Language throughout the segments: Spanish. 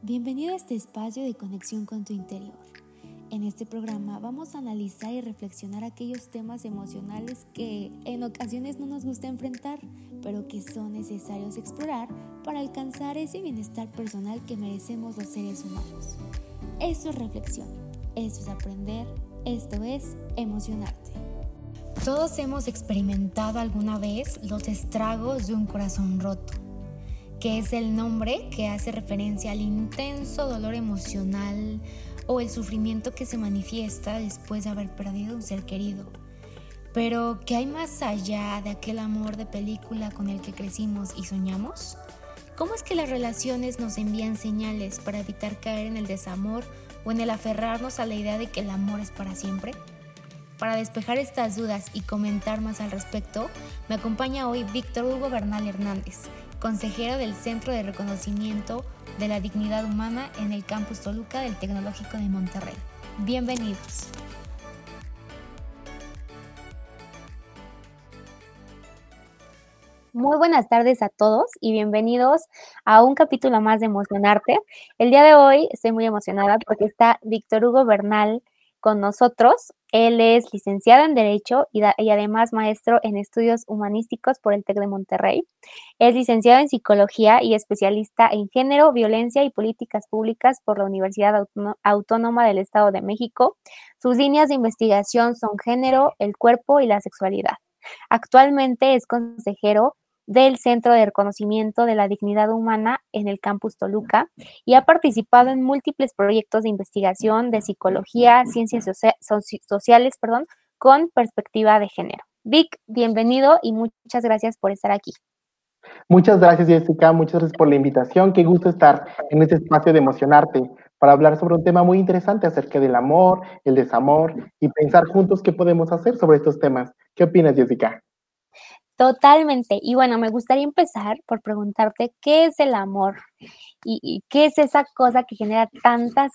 Bienvenido a este espacio de conexión con tu interior. En este programa vamos a analizar y reflexionar aquellos temas emocionales que en ocasiones no nos gusta enfrentar, pero que son necesarios explorar para alcanzar ese bienestar personal que merecemos los seres humanos. Esto es reflexión, esto es aprender, esto es emocionarte. Todos hemos experimentado alguna vez los estragos de un corazón roto, que es el nombre que hace referencia al intenso dolor emocional o el sufrimiento que se manifiesta después de haber perdido un ser querido. Pero, ¿qué hay más allá de aquel amor de película con el que crecimos y soñamos? ¿Cómo es que las relaciones nos envían señales para evitar caer en el desamor o en el aferrarnos a la idea de que el amor es para siempre? Para despejar estas dudas y comentar más al respecto, me acompaña hoy Víctor Hugo Bernal Hernández, consejero del Centro de Reconocimiento de la Dignidad Humana en el Campus Toluca del Tecnológico de Monterrey. Bienvenidos. Muy buenas tardes a todos y bienvenidos a un capítulo más de Emocionarte. El día de hoy estoy muy emocionada porque está Víctor Hugo Bernal con nosotros. Él es licenciado en Derecho y además maestro en Estudios Humanísticos por el TEC de Monterrey. Es licenciado en Psicología y especialista en Género, Violencia y Políticas Públicas por la Universidad Autónoma del Estado de México. Sus líneas de investigación son género, el cuerpo y la sexualidad. Actualmente es consejero del Centro de Reconocimiento de la Dignidad Humana en el Campus Toluca y ha participado en múltiples proyectos de investigación de psicología, ciencias sociales, con perspectiva de género. Vic, bienvenido y muchas gracias por estar aquí. Muchas gracias, Jessica. Muchas gracias por la invitación. Qué gusto estar en este espacio de Emocionarte para hablar sobre un tema muy interesante acerca del amor, el desamor y pensar juntos qué podemos hacer sobre estos temas. ¿Qué opinas, Jessica? Totalmente. Y bueno, me gustaría empezar por preguntarte qué es el amor y qué es esa cosa que genera tantas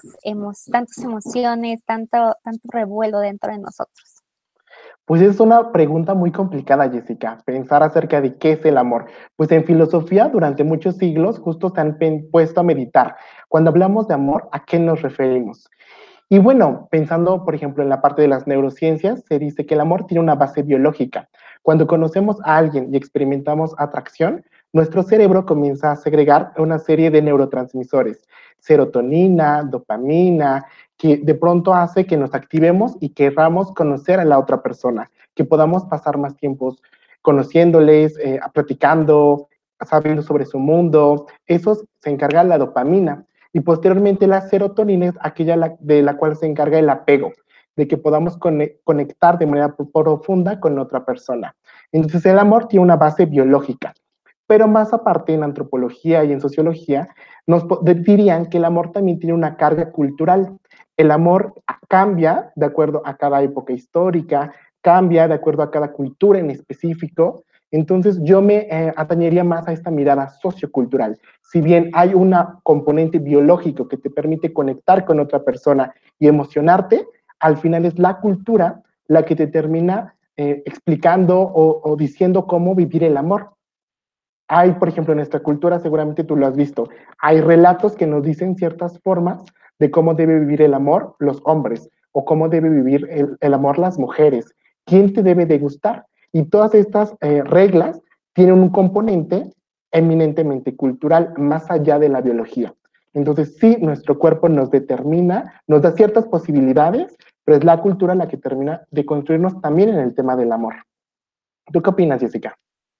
emociones, tanto revuelo dentro de nosotros. Pues es una pregunta muy complicada, Jessica, pensar acerca de qué es el amor. Pues en filosofía, durante muchos siglos, justo se han puesto a meditar. Cuando hablamos de amor, ¿a qué nos referimos? Y bueno, pensando, por ejemplo, en la parte de las neurociencias, se dice que el amor tiene una base biológica. Cuando conocemos a alguien y experimentamos atracción, nuestro cerebro comienza a segregar una serie de neurotransmisores, serotonina, dopamina, que de pronto hace que nos activemos y querramos conocer a la otra persona, que podamos pasar más tiempos conociéndoles, platicando, sabiendo sobre su mundo. Eso se encarga la dopamina. Y posteriormente la serotonina es aquella de la cual se encarga el apego, de que podamos conectar de manera profunda con otra persona. Entonces el amor tiene una base biológica, pero más aparte en antropología y en sociología nos dirían que el amor también tiene una carga cultural. El amor cambia de acuerdo a cada época histórica, cambia de acuerdo a cada cultura en específico. Entonces yo me atañería más a esta mirada sociocultural. Si bien hay un componente biológico que te permite conectar con otra persona y emocionarte, al final es la cultura la que te termina explicando o diciendo cómo vivir el amor. Hay, por ejemplo, en nuestra cultura, seguramente tú lo has visto, hay relatos que nos dicen ciertas formas de cómo debe vivir el amor los hombres o cómo debe vivir el amor las mujeres, quién te debe de gustar. Y todas estas reglas tienen un componente eminentemente cultural, más allá de la biología. Entonces, sí, nuestro cuerpo nos determina, nos da ciertas posibilidades, pero es la cultura la que termina de construirnos también en el tema del amor. ¿Tú qué opinas, Jessica?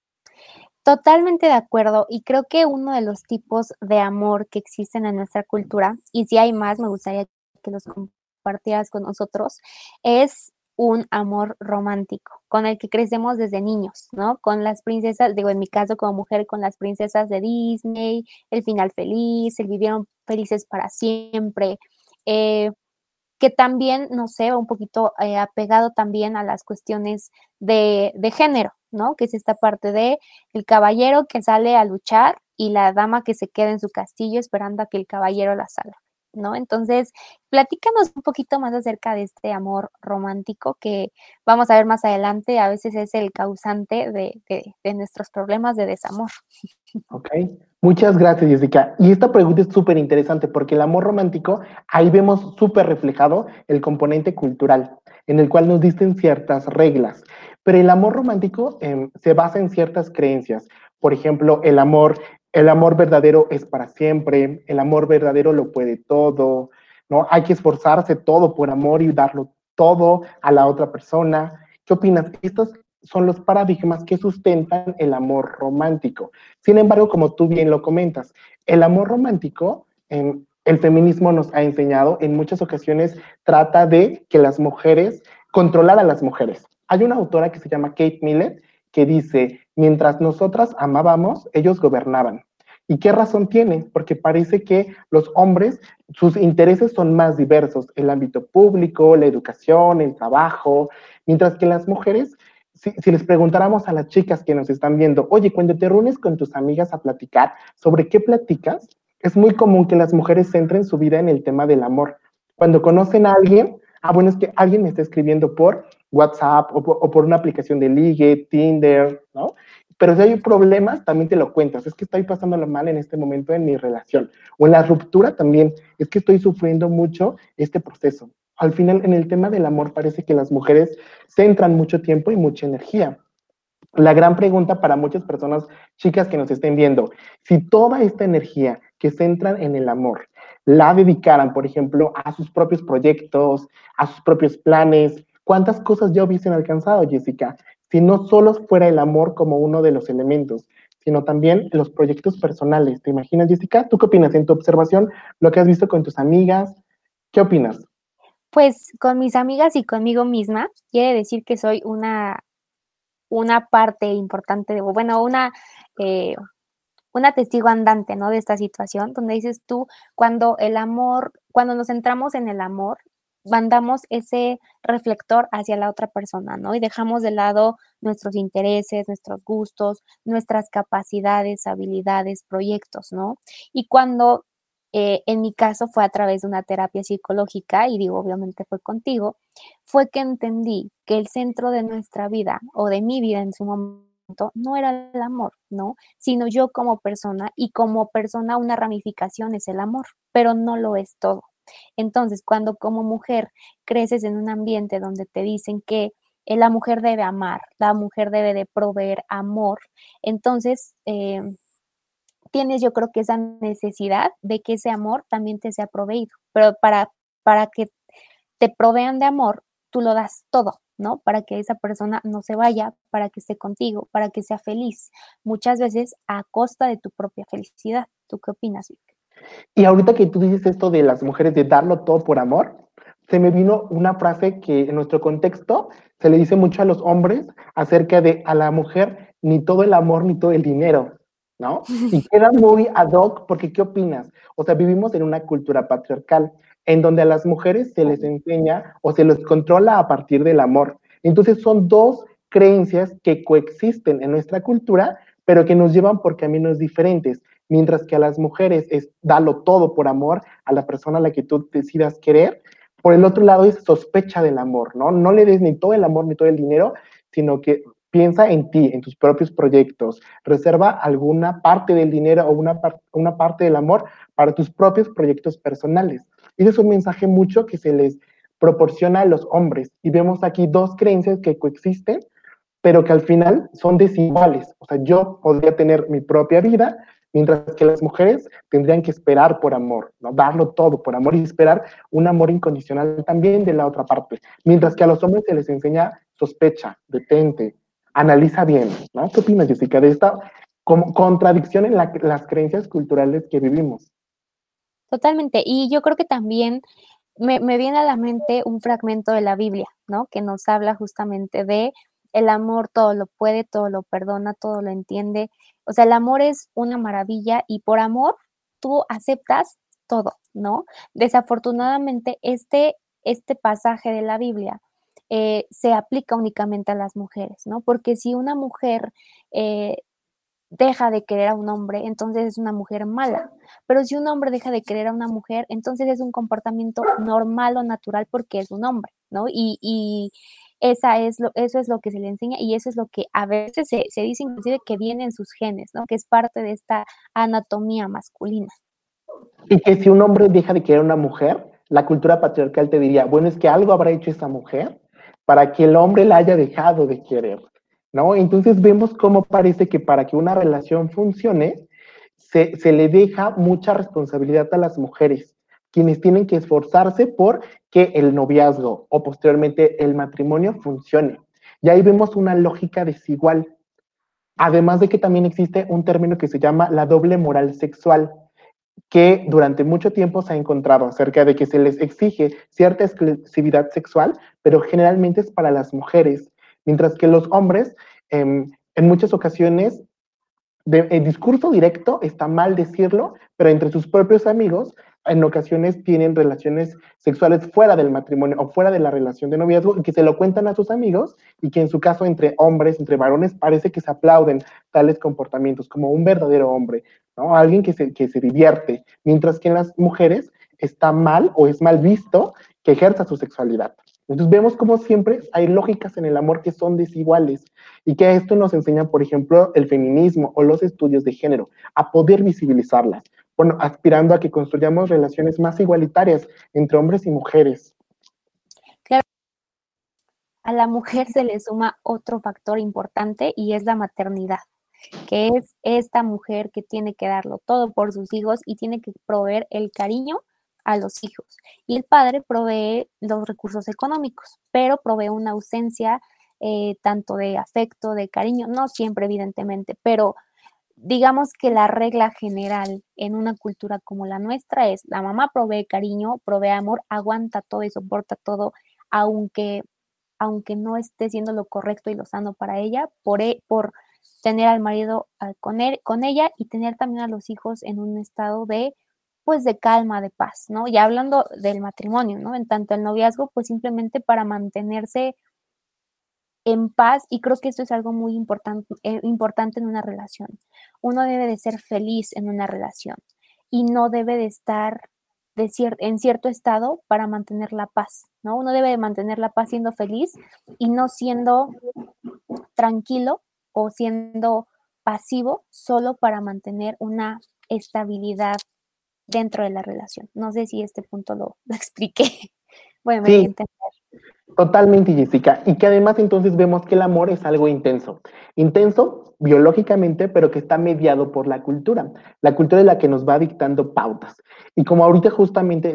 Totalmente de acuerdo, y creo que uno de los tipos de amor que existen en nuestra cultura, y si hay más, me gustaría que los compartieras con nosotros, es un amor romántico, con el que crecemos desde niños, ¿no? Con las princesas, digo, en mi caso como mujer, con las princesas de Disney, el final feliz, el vivieron felices para siempre, eh, que también, no sé, un poquito apegado también a las cuestiones de género, ¿no? Que es esta parte de el caballero que sale a luchar y la dama que se queda en su castillo esperando a que el caballero la salve. ¿no? Entonces, platícanos un poquito más acerca de este amor romántico que vamos a ver más adelante, a veces es el causante de nuestros problemas de desamor. Ok, muchas gracias, Jessica. Y esta pregunta es súper interesante porque el amor romántico, ahí vemos súper reflejado el componente cultural, en el cual nos dicen ciertas reglas. Pero el amor romántico se basa en ciertas creencias. Por ejemplo, el amor verdadero es para siempre, el amor verdadero lo puede todo, ¿no? Hay que esforzarse todo por amor y darlo todo a la otra persona. ¿Qué opinas? Estos son los paradigmas que sustentan el amor romántico. Sin embargo, como tú bien lo comentas, el amor romántico, el feminismo nos ha enseñado, en muchas ocasiones trata de que las mujeres, controlar a las mujeres. Hay una autora que se llama Kate Millett que dice, mientras nosotras amábamos, ellos gobernaban. ¿Y qué razón tiene? Porque parece que los hombres, sus intereses son más diversos, el ámbito público, la educación, el trabajo, mientras que las mujeres si les preguntáramos a las chicas que nos están viendo, oye, cuando te reúnes con tus amigas a platicar, ¿sobre qué platicas? Es muy común que las mujeres centren su vida en el tema del amor. Cuando conocen a alguien, bueno, es que alguien me está escribiendo por WhatsApp o por una aplicación de ligue, Tinder, ¿no? Pero si hay problemas, también te lo cuentas. Es que estoy pasándolo mal en este momento en mi relación. O en la ruptura también. Es que estoy sufriendo mucho este proceso. Al final, en el tema del amor, parece que las mujeres centran mucho tiempo y mucha energía. La gran pregunta para muchas personas, chicas que nos estén viendo, si toda esta energía que centran en el amor la dedicaran, por ejemplo, a sus propios proyectos, a sus propios planes, ¿cuántas cosas ya hubiesen alcanzado, Jessica? Si no solo fuera el amor como uno de los elementos, sino también los proyectos personales. ¿Te imaginas, Jessica? ¿Tú qué opinas en tu observación, lo que has visto con tus amigas? ¿Qué opinas? Pues con mis amigas y conmigo misma, quiere decir que soy una parte importante, bueno, eh, una testigo andante, ¿no? De esta situación, donde dices tú, cuando nos centramos en el amor, mandamos ese reflector hacia la otra persona, ¿no? Y dejamos de lado nuestros intereses, nuestros gustos, nuestras capacidades, habilidades, proyectos, ¿no? Y cuando en mi caso fue a través de una terapia psicológica, y digo, obviamente fue contigo, fue que entendí que el centro de nuestra vida o de mi vida en su momento no era el amor, ¿no? Sino yo como persona y como persona una ramificación es el amor, pero no lo es todo. Entonces, cuando como mujer creces en un ambiente donde te dicen que la mujer debe amar, la mujer debe de proveer amor, entonces tienes yo creo que esa necesidad de que ese amor también te sea proveído, pero para que te provean de amor, tú lo das todo, ¿no? Para que esa persona no se vaya, para que esté contigo, para que sea feliz, muchas veces a costa de tu propia felicidad. ¿Tú qué opinas, Vic? Y ahorita que tú dices esto de las mujeres de darlo todo por amor, se me vino una frase que en nuestro contexto se le dice mucho a los hombres acerca de a la mujer ni todo el amor ni todo el dinero, ¿no? Y queda muy ad hoc porque ¿qué opinas? O sea, vivimos en una cultura patriarcal en donde a las mujeres se les enseña o se les controla a partir del amor. Entonces son dos creencias que coexisten en nuestra cultura, pero que nos llevan por caminos diferentes mientras que a las mujeres es dalo todo por amor a la persona a la que tú decidas querer. Por el otro lado es sospecha del amor, ¿no? No le des ni todo el amor ni todo el dinero, sino que piensa en ti, en tus propios proyectos. Reserva alguna parte del dinero o una parte del amor para tus propios proyectos personales. Ese es un mensaje mucho que se les proporciona a los hombres. Y vemos aquí dos creencias que coexisten, pero que al final son desiguales. O sea, yo podría tener mi propia vida, mientras que las mujeres tendrían que esperar por amor, ¿no? Darlo todo por amor y esperar un amor incondicional también de la otra parte. Mientras que a los hombres se les enseña sospecha, detente, analiza bien, ¿no? ¿Qué opinas, Jessica, de esta como contradicción en las creencias culturales que vivimos? Totalmente. Y yo creo que también me viene a la mente un fragmento de la Biblia, ¿no? Que nos habla justamente de el amor todo lo puede, todo lo perdona, todo lo entiende. O sea, el amor es una maravilla y por amor tú aceptas todo, ¿no? Desafortunadamente, este pasaje de la Biblia se aplica únicamente a las mujeres, ¿no? Porque si una mujer deja de querer a un hombre, entonces es una mujer mala. Pero si un hombre deja de querer a una mujer, entonces es un comportamiento normal o natural porque es un hombre, ¿no? Y eso es lo que se le enseña y eso es lo que a veces se dice inclusive que viene en sus genes, ¿no? Que es parte de esta anatomía masculina. Y que si un hombre deja de querer a una mujer, la cultura patriarcal te diría, bueno, es que algo habrá hecho esa mujer para que el hombre la haya dejado de querer, ¿no? Entonces vemos cómo parece que para que una relación funcione, se le deja mucha responsabilidad a las mujeres, quienes tienen que esforzarse por que el noviazgo o posteriormente el matrimonio funcione. Y ahí vemos una lógica desigual. Además de que también existe un término que se llama la doble moral sexual, que durante mucho tiempo se ha encontrado acerca de que se les exige cierta exclusividad sexual, pero generalmente es para las mujeres, mientras que los hombres en muchas ocasiones el discurso directo está mal decirlo, pero entre sus propios amigos en ocasiones tienen relaciones sexuales fuera del matrimonio o fuera de la relación de noviazgo y que se lo cuentan a sus amigos y que en su caso entre hombres, entre varones, parece que se aplauden tales comportamientos como un verdadero hombre, ¿no? Alguien que se divierte, mientras que en las mujeres está mal o es mal visto que ejerza su sexualidad. Entonces vemos como siempre hay lógicas en el amor que son desiguales y que esto nos enseña, por ejemplo, el feminismo o los estudios de género, a poder visibilizarlas, bueno, aspirando a que construyamos relaciones más igualitarias entre hombres y mujeres. Claro, a la mujer se le suma otro factor importante y es la maternidad, que es esta mujer que tiene que darlo todo por sus hijos y tiene que proveer el cariño a los hijos. Y el padre provee los recursos económicos, pero provee una ausencia tanto de afecto, de cariño, no siempre evidentemente, pero digamos que la regla general en una cultura como la nuestra es la mamá provee cariño, provee amor, aguanta todo y soporta todo, aunque, aunque no esté siendo lo correcto y lo sano para ella, por tener al marido con ella y tener también a los hijos en un estado de pues de calma, de paz, ¿no? Ya hablando del matrimonio, ¿no? En tanto el noviazgo, pues simplemente para mantenerse en paz y creo que esto es algo muy importante en una relación. Uno debe de ser feliz en una relación y no debe de estar en cierto estado para mantener la paz, ¿no? Uno debe de mantener la paz siendo feliz y no siendo tranquilo o siendo pasivo solo para mantener una estabilidad dentro de la relación. No sé si este punto lo expliqué. Bueno, me di a Sí, entender. totalmente, Jessica. Y que además entonces vemos que el amor es algo intenso. Intenso biológicamente, pero que está mediado por la cultura. La cultura es la que nos va dictando pautas. Y como ahorita justamente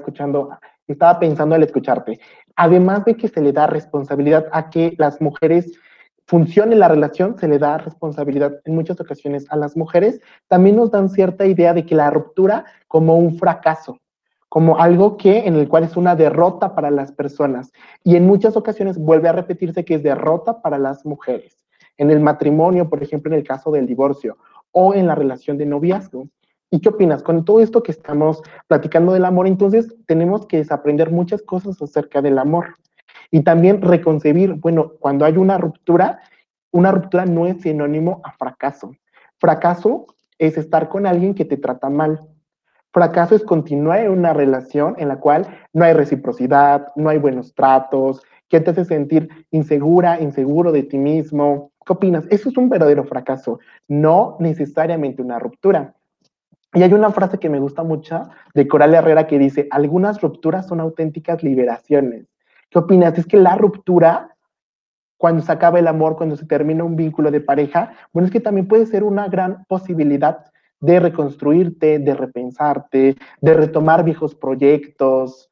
estaba pensando al escucharte, además de que se le da responsabilidad a que las mujeres funcione la relación, se le da responsabilidad en muchas ocasiones a las mujeres, también nos dan cierta idea de que la ruptura como un fracaso, como algo en el cual es una derrota para las personas. Y en muchas ocasiones vuelve a repetirse que es derrota para las mujeres. En el matrimonio, por ejemplo, en el caso del divorcio o en la relación de noviazgo. ¿Y qué opinas? Con todo esto que estamos platicando del amor, entonces tenemos que desaprender muchas cosas acerca del amor. Y también reconcebir, bueno, cuando hay una ruptura no es sinónimo a fracaso. Fracaso es estar con alguien que te trata mal. Fracaso es continuar en una relación en la cual no hay reciprocidad, no hay buenos tratos, que te hace sentir insegura, inseguro de ti mismo. ¿Qué opinas? Eso es un verdadero fracaso, no necesariamente una ruptura. Y hay una frase que me gusta mucho de Coral Herrera que dice, algunas rupturas son auténticas liberaciones. ¿Qué opinas? Es que la ruptura, cuando se acaba el amor, cuando se termina un vínculo de pareja, bueno, es que también puede ser una gran posibilidad de reconstruirte, de repensarte, de retomar viejos proyectos.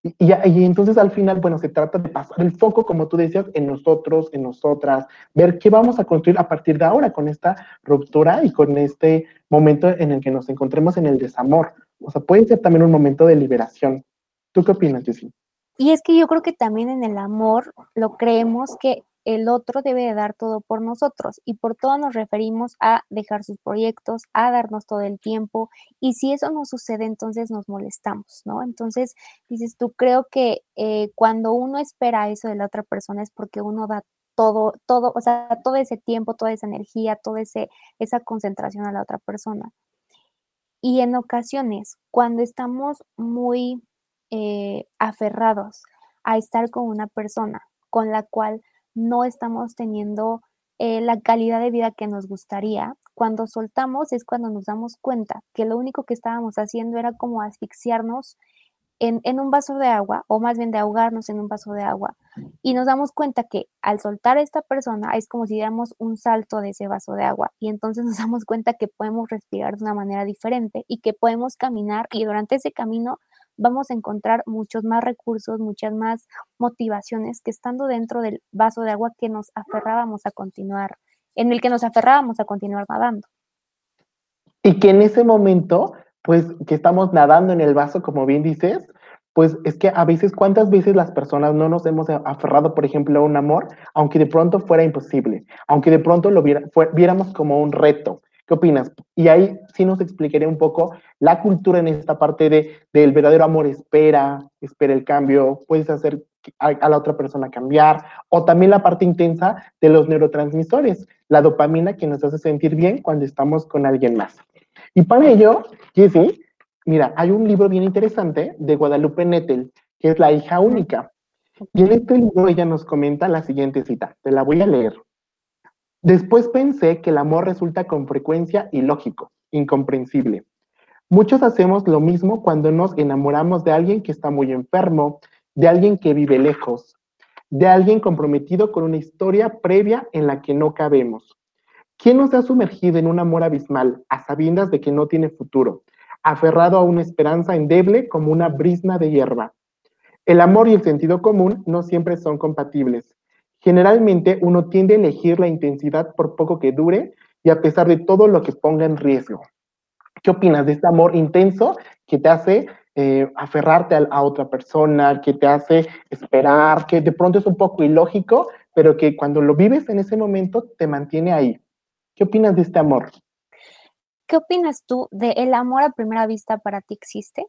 Y entonces al final, bueno, se trata de pasar el foco, como tú decías, en nosotros, en nosotras, ver qué vamos a construir a partir de ahora con esta ruptura y con este momento en el que nos encontremos en el desamor. O sea, puede ser también un momento de liberación. ¿Tú qué opinas, Jessie? Y es que yo creo que también en el amor lo creemos que el otro debe de dar todo por nosotros y por todo nos referimos a dejar sus proyectos, a darnos todo el tiempo y si eso no sucede entonces nos molestamos, ¿no? Entonces dices tú, creo que cuando uno espera eso de la otra persona es porque uno da todo, o sea, todo ese tiempo, toda esa energía, esa concentración a la otra persona. Y en ocasiones, cuando estamos muy aferrados a estar con una persona con la cual no estamos teniendo la calidad de vida que nos gustaría, cuando soltamos es cuando nos damos cuenta que lo único que estábamos haciendo era como asfixiarnos en un vaso de agua, o más bien de ahogarnos en un vaso de agua, y nos damos cuenta que al soltar a esta persona es como si diéramos un salto de ese vaso de agua, y entonces nos damos cuenta que podemos respirar de una manera diferente y que podemos caminar, y durante ese camino vamos a encontrar muchos más recursos, muchas más motivaciones que estando dentro del vaso de agua que nos aferrábamos a continuar, en el que nos aferrábamos a continuar nadando. Y que en ese momento, pues que estamos nadando en el vaso, como bien dices, pues es que a veces, ¿cuántas veces las personas no nos hemos aferrado, por ejemplo, a un amor, aunque de pronto fuera imposible, aunque de pronto viéramos como un reto? ¿Qué opinas? Y ahí sí nos explicaría un poco la cultura en esta parte del verdadero amor espera el cambio, puedes hacer a la otra persona cambiar, o también la parte intensa de los neurotransmisores, la dopamina que nos hace sentir bien cuando estamos con alguien más. Y para ello, Jessie, mira, hay un libro bien interesante de Guadalupe Nettel, que es La hija única. Y en este libro ella nos comenta la siguiente cita, te la voy a leer. Después pensé que el amor resulta con frecuencia ilógico, incomprensible. Muchos hacemos lo mismo cuando nos enamoramos de alguien que está muy enfermo, de alguien que vive lejos, de alguien comprometido con una historia previa en la que no cabemos. ¿Quién nos ha sumergido en un amor abismal, a sabiendas de que no tiene futuro, aferrado a una esperanza endeble como una brizna de hierba? El amor y el sentido común no siempre son compatibles. Generalmente uno tiende a elegir la intensidad por poco que dure y a pesar de todo lo que ponga en riesgo. ¿Qué opinas de este amor intenso que te hace aferrarte a otra persona, que te hace esperar, que de pronto es un poco ilógico, pero que cuando lo vives en ese momento te mantiene ahí? ¿Qué opinas de este amor? ¿Qué opinas tú de el amor a primera vista? ¿Para ti existe?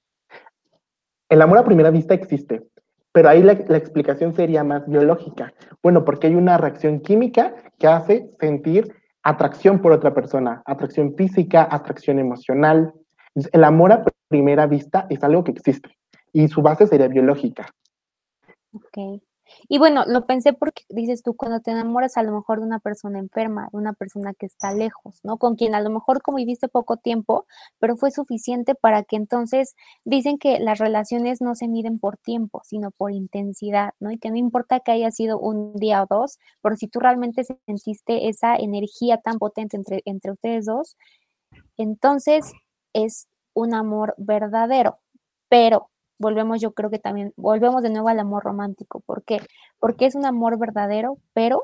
El amor a primera vista existe, pero ahí la explicación sería más biológica. Bueno, porque hay una reacción química que hace sentir atracción por otra persona, atracción física, atracción emocional. Entonces, el amor a primera vista es algo que existe y su base sería biológica. Ok. Y bueno, lo pensé porque dices tú, cuando te enamoras a lo mejor de una persona enferma, de una persona que está lejos, ¿no? Con quien a lo mejor conviviste poco tiempo, pero fue suficiente para que entonces dicen que las relaciones no se miden por tiempo, sino por intensidad, ¿no? Y que no importa que haya sido un día o dos, pero si tú realmente sentiste esa energía tan potente entre ustedes dos, entonces es un amor verdadero. Pero yo creo que también volvemos de nuevo al amor romántico. ¿Por qué? Porque es un amor verdadero, pero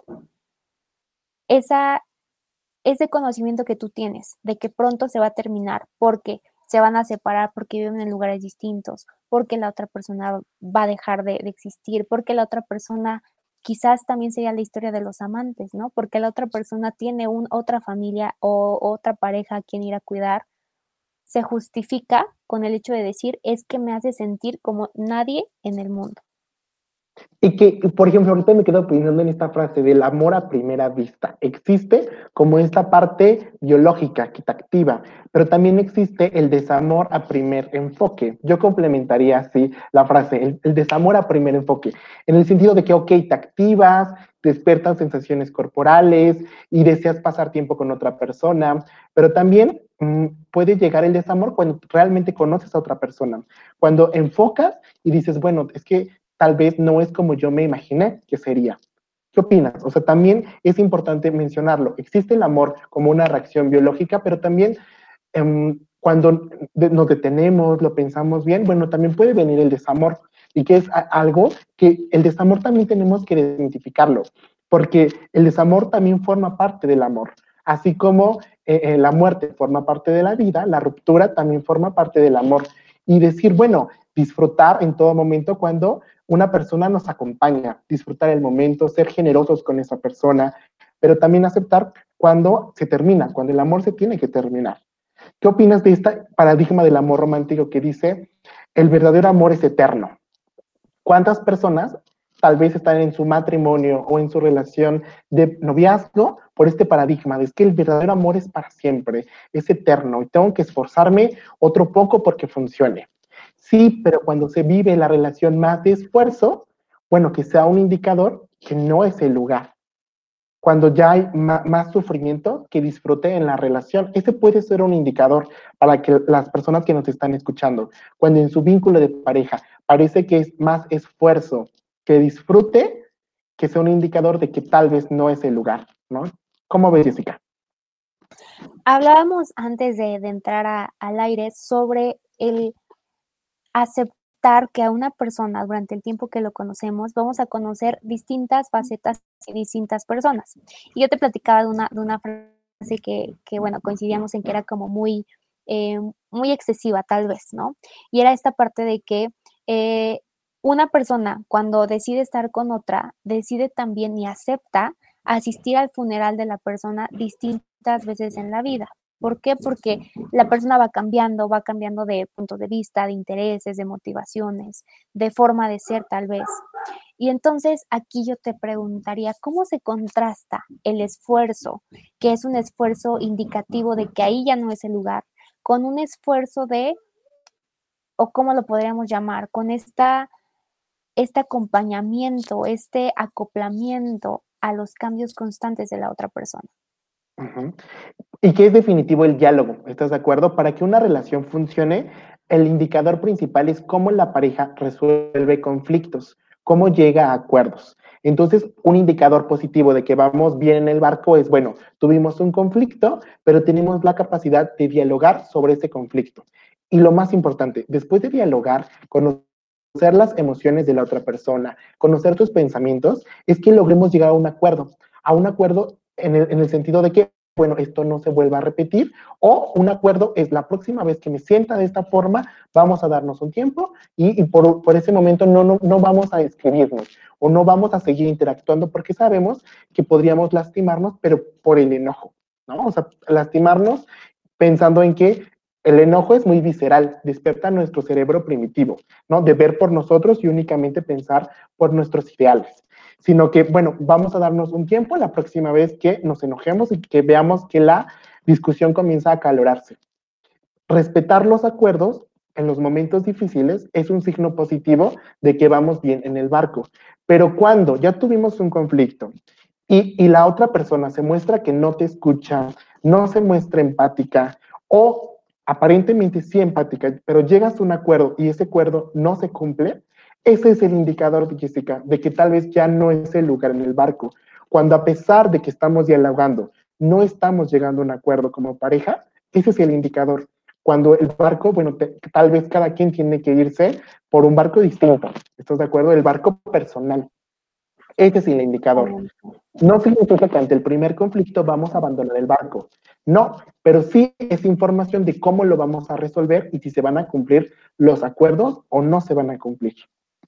ese conocimiento que tú tienes de que pronto se va a terminar porque se van a separar, porque viven en lugares distintos, porque la otra persona va a dejar de existir, porque la otra persona quizás también sería la historia de los amantes, ¿no? Porque la otra persona tiene otra familia o otra pareja a quien ir a cuidar, se justifica con el hecho de decir, es que me hace sentir como nadie en el mundo. Y que, por ejemplo, ahorita me quedo pensando en esta frase del amor a primera vista. Existe como esta parte biológica que te activa, pero también existe el desamor a primer enfoque. Yo complementaría así la frase, el desamor a primer enfoque, en el sentido de que, ok, te activas, despiertan sensaciones corporales y deseas pasar tiempo con otra persona, pero también puede llegar el desamor cuando realmente conoces a otra persona, cuando enfocas y dices, bueno, es que tal vez no es como yo me imaginé que sería. ¿Qué opinas? O sea, también es importante mencionarlo. Existe el amor como una reacción biológica, pero también cuando nos detenemos, lo pensamos bien, bueno, también puede venir el desamor y que es algo que el desamor también tenemos que identificarlo, porque el desamor también forma parte del amor. Así como la muerte forma parte de la vida, la ruptura también forma parte del amor. Y decir, bueno, disfrutar en todo momento cuando una persona nos acompaña, disfrutar el momento, ser generosos con esa persona, pero también aceptar cuando se termina, cuando el amor se tiene que terminar. ¿Qué opinas de este paradigma del amor romántico que dice el verdadero amor es eterno? ¿Cuántas personas tal vez están en su matrimonio o en su relación de noviazgo por este paradigma de que el verdadero amor es para siempre, es eterno y tengo que esforzarme otro poco porque funcione. Sí, pero cuando se vive la relación más de esfuerzo, bueno, que sea un indicador que no es el lugar. Cuando ya hay más sufrimiento que disfrute en la relación, ese puede ser un indicador para que las personas que nos están escuchando, cuando en su vínculo de pareja parece que es más esfuerzo que disfrute, que sea un indicador de que tal vez no es el lugar, ¿no? ¿Cómo ves, Jessica? Hablábamos antes de entrar al aire sobre el aceptar que a una persona durante el tiempo que lo conocemos vamos a conocer distintas facetas y distintas personas. Y yo te platicaba de una frase que, bueno, coincidíamos en que era como muy excesiva tal vez, ¿no? Y era esta parte de que una persona cuando decide estar con otra, decide también y acepta asistir al funeral de la persona distintas veces en la vida. ¿Por qué? Porque la persona va cambiando de punto de vista, de intereses, de motivaciones, de forma de ser tal vez. Y entonces aquí yo te preguntaría, ¿cómo se contrasta el esfuerzo, que es un esfuerzo indicativo de que ahí ya no es el lugar, con un esfuerzo de, o cómo lo podríamos llamar, con este acompañamiento, este acoplamiento a los cambios constantes de la otra persona? Uh-huh. Y que es definitivo el diálogo, ¿estás de acuerdo? Para que una relación funcione, el indicador principal es cómo la pareja resuelve conflictos, cómo llega a acuerdos. Entonces, un indicador positivo de que vamos bien en el barco es, bueno, tuvimos un conflicto, pero tenemos la capacidad de dialogar sobre ese conflicto. Y lo más importante, después de dialogar, conocer las emociones de la otra persona, conocer tus pensamientos, es que logremos llegar a un acuerdo en el sentido de que bueno, esto no se vuelva a repetir, o un acuerdo es la próxima vez que me sienta de esta forma, vamos a darnos un tiempo y por ese momento no vamos a escribirnos o no vamos a seguir interactuando porque sabemos que podríamos lastimarnos, pero por el enojo, ¿no? O sea, lastimarnos pensando en que el enojo es muy visceral, despierta nuestro cerebro primitivo, ¿no? De ver por nosotros y únicamente pensar por nuestros ideales, sino que, bueno, vamos a darnos un tiempo la próxima vez que nos enojemos y que veamos que la discusión comienza a acalorarse. Respetar los acuerdos en los momentos difíciles es un signo positivo de que vamos bien en el barco, pero cuando ya tuvimos un conflicto y la otra persona se muestra que no te escucha, no se muestra empática o aparentemente sí empática, pero llegas a un acuerdo y ese acuerdo no se cumple, ese es el indicador, Jessica, de que tal vez ya no es el lugar en el barco. Cuando a pesar de que estamos dialogando, no estamos llegando a un acuerdo como pareja, ese es el indicador. Cuando el barco, bueno, tal vez cada quien tiene que irse por un barco distinto. ¿Estás de acuerdo? El barco personal. Ese es el indicador. No significa que ante el primer conflicto vamos a abandonar el barco. No, pero sí es información de cómo lo vamos a resolver y si se van a cumplir los acuerdos o no se van a cumplir.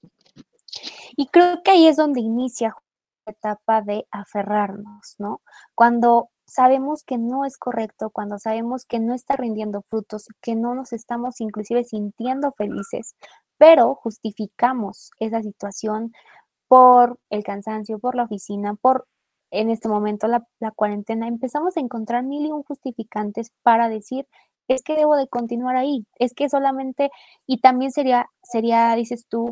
Y creo que ahí es donde inicia la etapa de aferrarnos, ¿no? Cuando sabemos que no es correcto, cuando sabemos que no está rindiendo frutos, que no nos estamos inclusive sintiendo felices, pero justificamos esa situación por el cansancio, por la oficina, por en este momento la cuarentena, empezamos a encontrar mil y un justificantes para decir, es que debo de continuar ahí, es que solamente, y también sería, dices tú,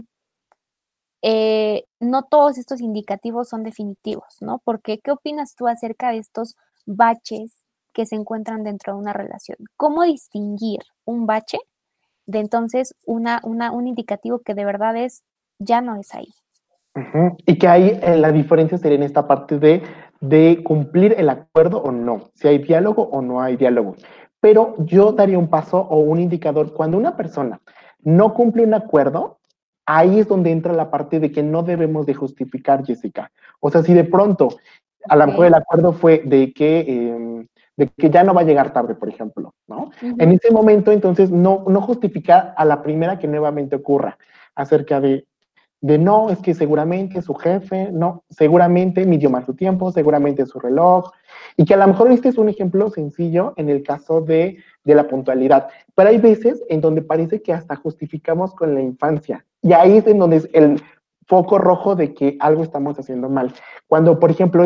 no todos estos indicativos son definitivos, ¿no? Porque, ¿qué opinas tú acerca de estos baches que se encuentran dentro de una relación? ¿Cómo distinguir un bache de entonces un indicativo que de verdad ya no es ahí? Uh-huh. Y que ahí la diferencia sería en esta parte de cumplir el acuerdo o no, si hay diálogo o no hay diálogo. Pero yo daría un paso o un indicador. Cuando una persona no cumple un acuerdo, ahí es donde entra la parte de que no debemos de justificar, Jessica. O sea, si de pronto, a lo mejor el acuerdo fue de que ya no va a llegar tarde, por ejemplo, ¿no? Uh-huh. En ese momento, entonces, no justificar a la primera que nuevamente ocurra acerca de no, es que seguramente su jefe, no, seguramente midió mal su tiempo, seguramente su reloj, y que a lo mejor este es un ejemplo sencillo en el caso de la puntualidad, pero hay veces en donde parece que hasta justificamos con la infancia, y ahí es en donde foco rojo de que algo estamos haciendo mal. Cuando, por ejemplo,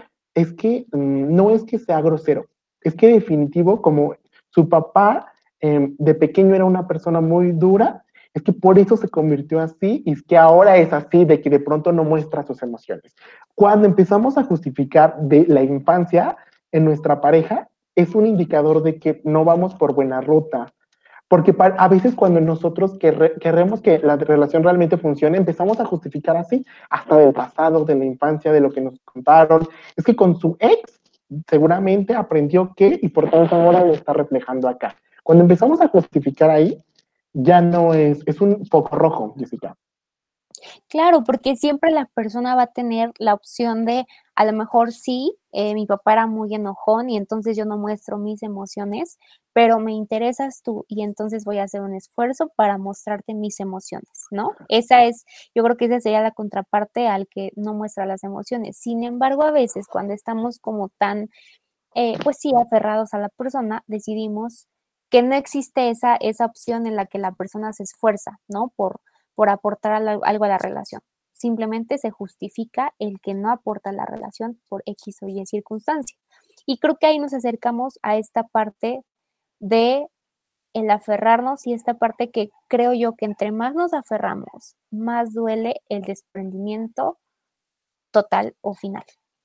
no es que sea grosero, es que definitivo, como su papá de pequeño era una persona muy dura, es que por eso se convirtió así y es que ahora es así, de que de pronto no muestra sus emociones. Cuando empezamos a justificar de la infancia en nuestra pareja, es un indicador de que no vamos por buena ruta. Porque a veces cuando nosotros queremos que la relación realmente funcione, empezamos a justificar así, hasta del pasado, de la infancia, de lo que nos contaron. Es que con su ex seguramente aprendió que y por tanto ahora lo está reflejando acá. Cuando empezamos a justificar ahí, ya no es un foco rojo, Jessica. Claro, porque siempre la persona va a tener la opción de, a lo mejor sí, mi papá era muy enojón y entonces yo no muestro mis emociones, pero me interesas tú y entonces voy a hacer un esfuerzo para mostrarte mis emociones, ¿no? Yo creo que esa sería la contraparte al que no muestra las emociones. Sin embargo, a veces cuando estamos como tan, pues sí, aferrados a la persona, decidimos que no existe esa opción en la que la persona se esfuerza, ¿no? Por aportar algo a la relación. Simplemente se justifica el que no aporta a la relación por X o Y circunstancia. Y creo que ahí nos acercamos a esta parte de el aferrarnos y esta parte que creo yo que entre más nos aferramos, más duele el desprendimiento total o final.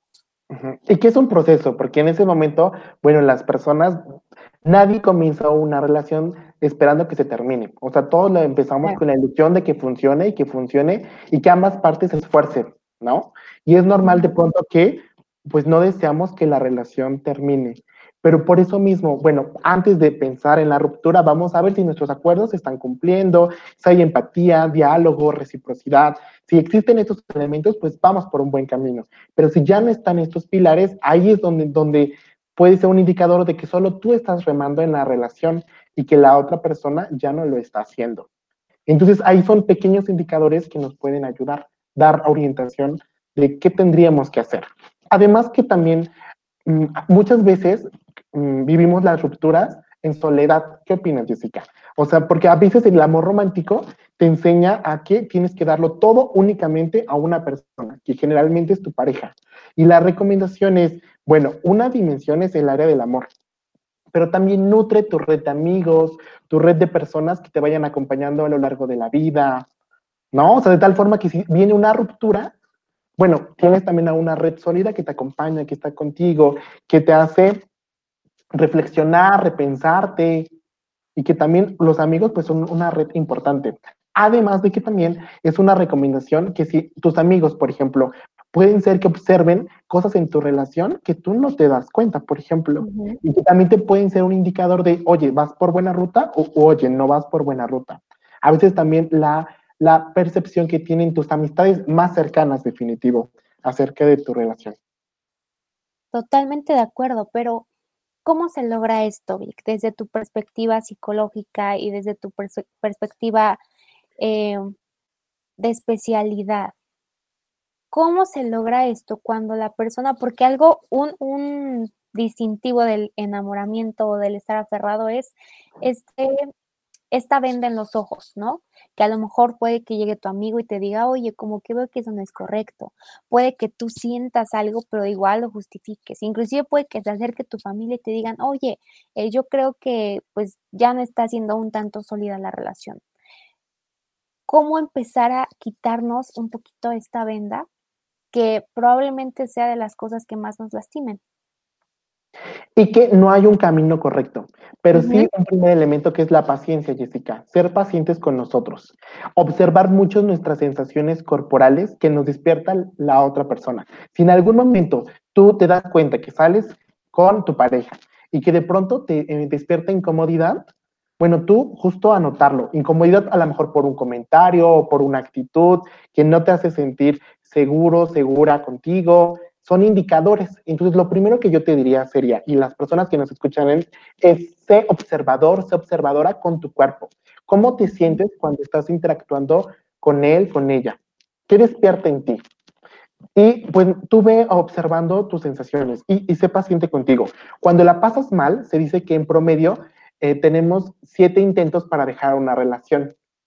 Y que es un proceso, porque en ese momento, bueno, las personas, nadie comienza una relación esperando que se termine. O sea, todos lo empezamos con la ilusión de que funcione y que ambas partes se esfuercen, ¿no? Y es normal de pronto que, pues, no deseamos que la relación termine. Pero por eso mismo, bueno, antes de pensar en la ruptura, vamos a ver si nuestros acuerdos se están cumpliendo, si hay empatía, diálogo, reciprocidad. Si existen estos elementos, pues vamos por un buen camino. Pero si ya no están estos pilares, ahí es donde puede ser un indicador de que solo tú estás remando en la relación y que la otra persona ya no lo está haciendo. Entonces ahí son pequeños indicadores que nos pueden ayudar, dar orientación de qué tendríamos que hacer. Además que también muchas veces vivimos las rupturas en soledad. ¿Qué opinas, Jessica? O sea, porque a veces el amor romántico te enseña a que tienes que darlo todo únicamente a una persona, que generalmente es tu pareja. Y la recomendación es, bueno, una dimensión es el área del amor, pero también nutre tu red de amigos, tu red de personas que te vayan acompañando a lo largo de la vida, ¿no? O sea, de tal forma que si viene una ruptura, bueno, tienes también a una red sólida que te acompaña, que está contigo, que te hace reflexionar, repensarte, y que también los amigos pues son una red importante. Además de que también es una recomendación que si tus amigos, por ejemplo, pueden ser que observen cosas en tu relación que tú no te das cuenta, por ejemplo, y que también te pueden ser un indicador de, oye, ¿vas por buena ruta? O oye, no vas por buena ruta. A veces también la percepción que tienen tus amistades más cercanas, definitivo, acerca de tu relación. Totalmente de acuerdo, pero ¿cómo se logra esto, Vic? Desde tu perspectiva psicológica y desde tu perspectiva eh, de especialidad. ¿Cómo se logra esto cuando la persona, porque un distintivo del enamoramiento o del estar aferrado es este, esta venda en los ojos, ¿no? Que a lo mejor puede que llegue tu amigo y te diga, oye, como que veo que eso no es correcto. Puede que tú sientas algo, pero igual lo justifiques. Inclusive puede que se acerque tu familia y te digan, oye, yo creo que pues ya no está siendo un tanto sólida la relación. ¿Cómo empezar a quitarnos un poquito esta venda que probablemente sea de las cosas que más nos lastimen? Y que no hay un camino correcto, pero Ujú. sí un primer elemento que es la paciencia, Jessica. Ser pacientes con nosotros. Observar mucho nuestras sensaciones corporales que nos despierta la otra persona. Si en algún momento tú te das cuenta que sales con tu pareja y que de pronto te despierta incomodidad, bueno, tú justo anotarlo. Incomodidad a lo mejor por un comentario o por una actitud que no te hace sentir seguro, segura contigo, son indicadores. Entonces, lo primero que yo te diría sería, y las personas que nos escuchan es sé observador, sé observadora con tu cuerpo. ¿Cómo te sientes cuando estás interactuando con él, con ella? ¿Qué despierta en ti? Y pues tú ve observando tus sensaciones y sé paciente contigo. Cuando la pasas mal, se dice que en promedio tenemos 7 intentos para dejar una relación.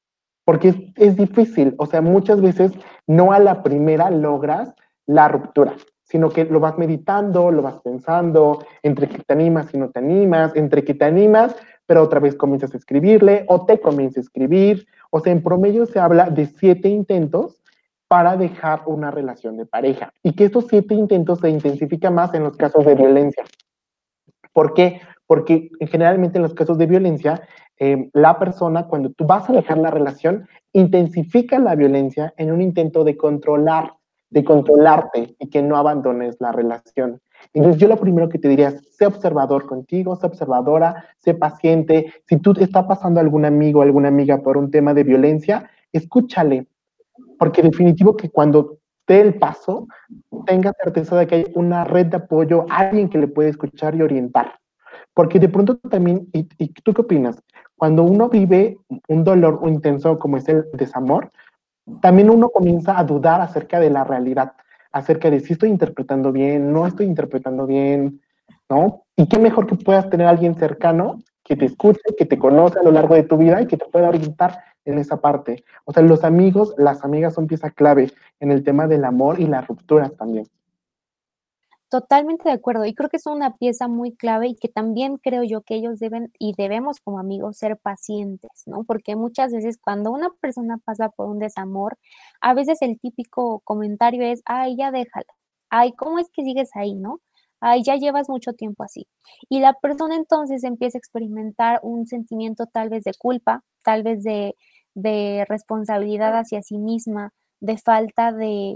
porque es difícil, o sea, muchas veces no a la primera logras la ruptura, sino que lo vas meditando, lo vas pensando, entre que te animas y no te animas, entre que te animas, pero otra vez comienzas a escribirle o te comienzas a escribir, o sea, en promedio se habla de 7 intentos para dejar una relación de pareja y que estos 7 intentos se intensifican más en los casos de violencia. ¿Por qué? Porque generalmente en los casos de violencia, la persona, cuando tú vas a dejar la relación, intensifica la violencia en un intento de controlar, de controlarte y que no abandones la relación. Entonces yo lo primero que te diría es, sé observador contigo, sé observadora, sé paciente. Si tú está pasando algún amigo o alguna amiga por un tema de violencia, escúchale, porque definitivo que cuando dé el paso, tenga certeza de que hay una red de apoyo, alguien que le puede escuchar y orientar. Porque de pronto también, ¿y tú qué opinas? Cuando uno vive un dolor intenso como es el desamor, también uno comienza a dudar acerca de la realidad, acerca de si estoy interpretando bien, no estoy interpretando bien, ¿no? Y qué mejor que puedas tener a alguien cercano que te escuche, que te conoce a lo largo de tu vida y que te pueda orientar en esa parte. O sea, los amigos, las amigas son pieza clave en el tema del amor y las rupturas también. Totalmente de acuerdo, y creo que es una pieza muy clave y que también creo yo que ellos deben y debemos como amigos ser pacientes, ¿no? Porque muchas veces cuando una persona pasa por un desamor, a veces el típico comentario es: "Ay, ya déjala. Ay, ¿cómo es que sigues ahí?", ¿no? "Ay, ya llevas mucho tiempo así". Y la persona entonces empieza a experimentar un sentimiento tal vez de culpa, tal vez de responsabilidad hacia sí misma, de falta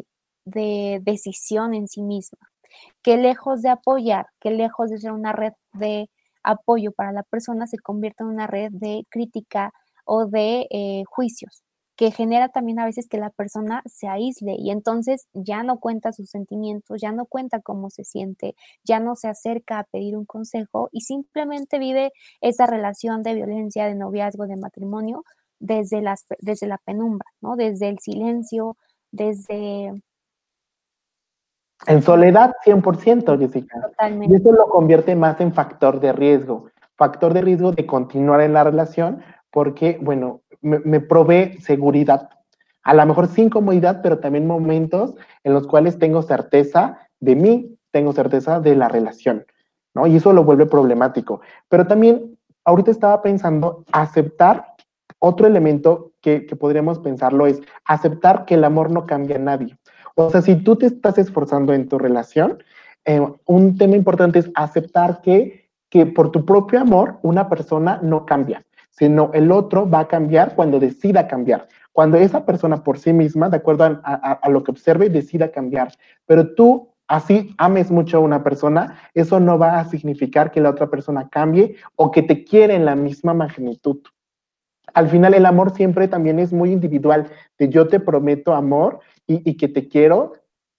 de decisión en sí misma, que lejos de apoyar, que lejos de ser una red de apoyo para la persona, se convierte en una red de crítica o de juicios, que genera también a veces que la persona se aísle y entonces ya no cuenta sus sentimientos, ya no cuenta cómo se siente, ya no se acerca a pedir un consejo y simplemente vive esa relación de violencia, de noviazgo, de matrimonio desde la penumbra, ¿no? Desde el silencio, desde En soledad, 100%, Jessica. Y totalmente. eso lo convierte más en factor de riesgo de continuar en la relación, porque, bueno, me provee seguridad. A lo mejor sin comodidad, pero también momentos en los cuales tengo certeza de mí, tengo certeza de la relación, ¿no? Y eso lo vuelve problemático. Pero también, ahorita estaba pensando, aceptar, otro elemento que podríamos pensarlo es aceptar que el amor no cambia a nadie. O sea, si tú te estás esforzando en tu relación, un tema importante es aceptar que por tu propio amor una persona no cambia, sino el otro va a cambiar cuando decida cambiar. Cuando esa persona por sí misma, de acuerdo a lo que observe, decida cambiar. Pero tú, así ames mucho a una persona, eso no va a significar que la otra persona cambie o que te quiera en la misma magnitud. Al final el amor siempre también es muy individual, de yo te prometo amor y que te quiero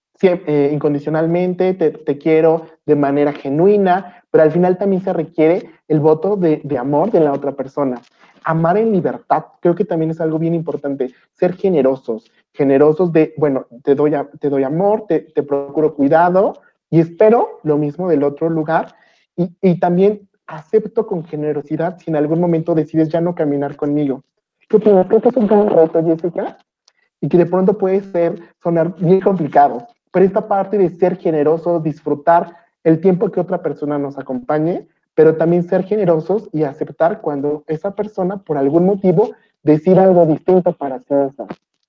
incondicionalmente, te quiero de manera genuina, pero al final también se requiere el voto de amor de la otra persona. Amar en libertad, creo que también es algo bien importante, ser generosos, generosos de, bueno, te doy amor, te procuro cuidado y espero lo mismo del otro lugar y también acepto con generosidad si en algún momento decides ya no caminar conmigo. ¿Qué opinas? Creo que es un gran reto, Jessica, y que de pronto puede sonar bien complicado, pero esta parte de ser generosos, disfrutar el tiempo que otra persona nos acompañe, pero también ser generosos y aceptar cuando esa persona, por algún motivo, decida algo distinto para hacer eso.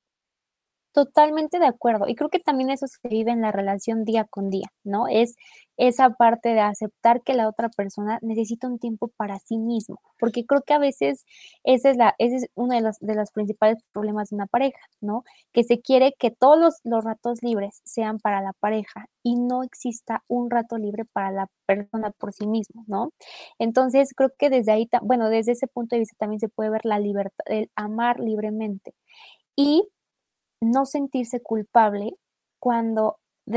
Totalmente de acuerdo. Y creo que también eso se vive en la relación día con día, ¿no? Es esa parte de aceptar que la otra persona necesita un tiempo para sí mismo, porque creo que a veces ese es uno de los principales problemas de una pareja, ¿no? Que se quiere que todos los ratos libres sean para la pareja y no exista un rato libre para la persona por sí mismo, ¿no? Entonces, creo que desde ahí, bueno, desde ese punto de vista también se puede ver la libertad, el amar libremente. Y no sentirse culpable cuando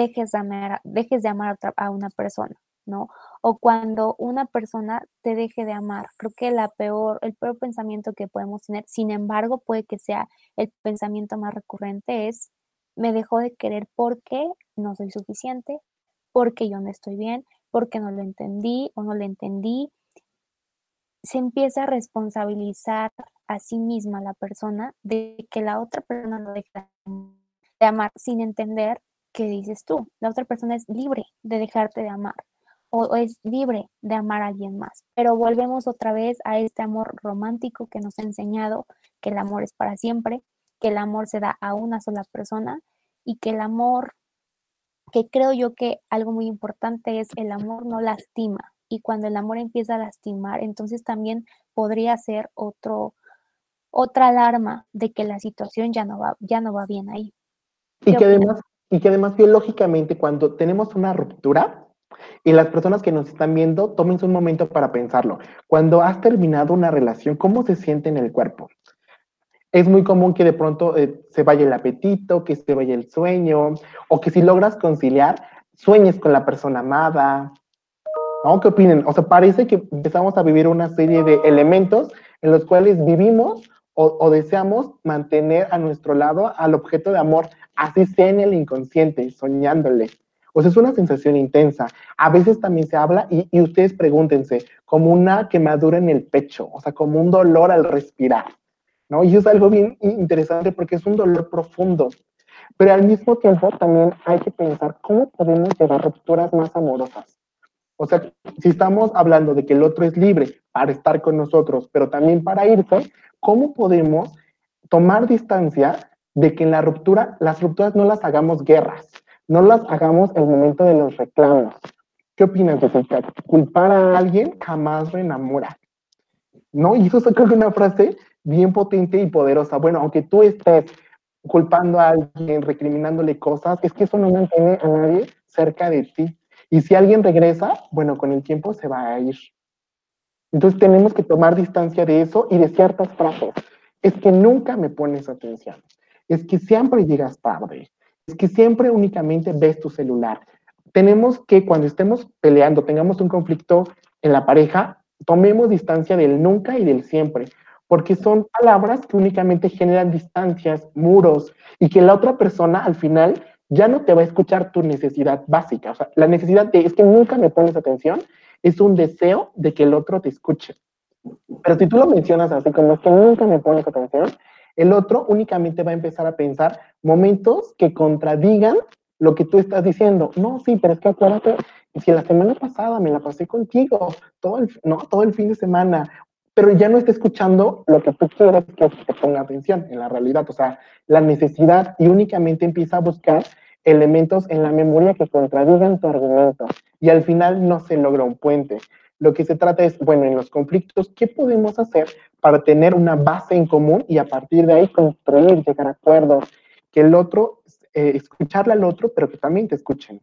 dejes de amar a una persona, ¿no? O cuando una persona te deje de amar. Creo que el peor pensamiento que podemos tener, sin embargo, puede que sea el pensamiento más recurrente es: me dejó de querer porque no soy suficiente, porque yo no estoy bien, porque no lo entendí o no lo entendí. Se empieza a responsabilizar a sí misma la persona de que la otra persona no deja de amar, sin entender qué dices tú. La otra persona es libre de dejarte de amar o es libre de amar a alguien más. Pero volvemos otra vez a este amor romántico que nos ha enseñado que el amor es para siempre, que el amor se da a una sola persona y que el amor, que creo yo que algo muy importante es el amor no lastima. Y cuando el amor empieza a lastimar, entonces también podría ser otra alarma de que la situación ya no va bien ahí. Y ¿Qué que opinas? además, y que además biológicamente cuando tenemos una ruptura, y las personas que nos están viendo, tómense un momento para pensarlo. Cuando has terminado una relación, ¿cómo se siente en el cuerpo? Es muy común que de pronto se vaya el apetito, que se vaya el sueño, o que si logras conciliar, sueñes con la persona amada, ¿no? ¿Qué opinen? O sea, parece que empezamos a vivir una serie de elementos en los cuales vivimos o deseamos mantener a nuestro lado al objeto de amor, así sea en el inconsciente, soñándole. O sea, es una sensación intensa. A veces también se habla, y ustedes pregúntense, como una quemadura en el pecho, o sea, como un dolor al respirar, ¿no? Y es algo bien interesante porque es un dolor profundo. Pero al mismo tiempo también hay que pensar cómo podemos llevar rupturas más amorosas. O sea, si estamos hablando de que el otro es libre para estar con nosotros, pero también para irse, ¿cómo podemos tomar distancia de que en la ruptura, las rupturas no las hagamos guerras, no las hagamos el momento de los reclamos? ¿Qué opinas, Jessica? Culpar a alguien jamás reenamora, ¿no? Y eso es creo que una frase bien potente y poderosa. Bueno, aunque tú estés culpando a alguien, recriminándole cosas, es que eso no mantiene a nadie cerca de ti. Y si alguien regresa, bueno, con el tiempo se va a ir. Entonces tenemos que tomar distancia de eso y de ciertas frases. Es que nunca me pones atención. Es que siempre llegas tarde. Es que siempre únicamente ves tu celular. Tenemos que, cuando estemos peleando, tengamos un conflicto en la pareja, tomemos distancia del nunca y del siempre, porque son palabras que únicamente generan distancias, muros, y que la otra persona al final ya no te va a escuchar tu necesidad básica. O sea, la necesidad de es que nunca me pones atención es un deseo de que el otro te escuche. Pero si tú lo mencionas así como es que nunca me pones atención, el otro únicamente va a empezar a pensar momentos que contradigan lo que tú estás diciendo. No, sí, pero es que acuérdate, si la semana pasada me la pasé contigo, todo el fin de semana, pero ya no está escuchando lo que tú quieres que te ponga atención en la realidad, o sea, la necesidad, y únicamente empieza a buscar elementos en la memoria que contradigan tu argumento y al final no se logra un puente. Lo que se trata es, bueno, en los conflictos, ¿qué podemos hacer para tener una base en común y a partir de ahí construir, llegar a acuerdos, que el otro, escucharle al otro, pero que también te escuchen?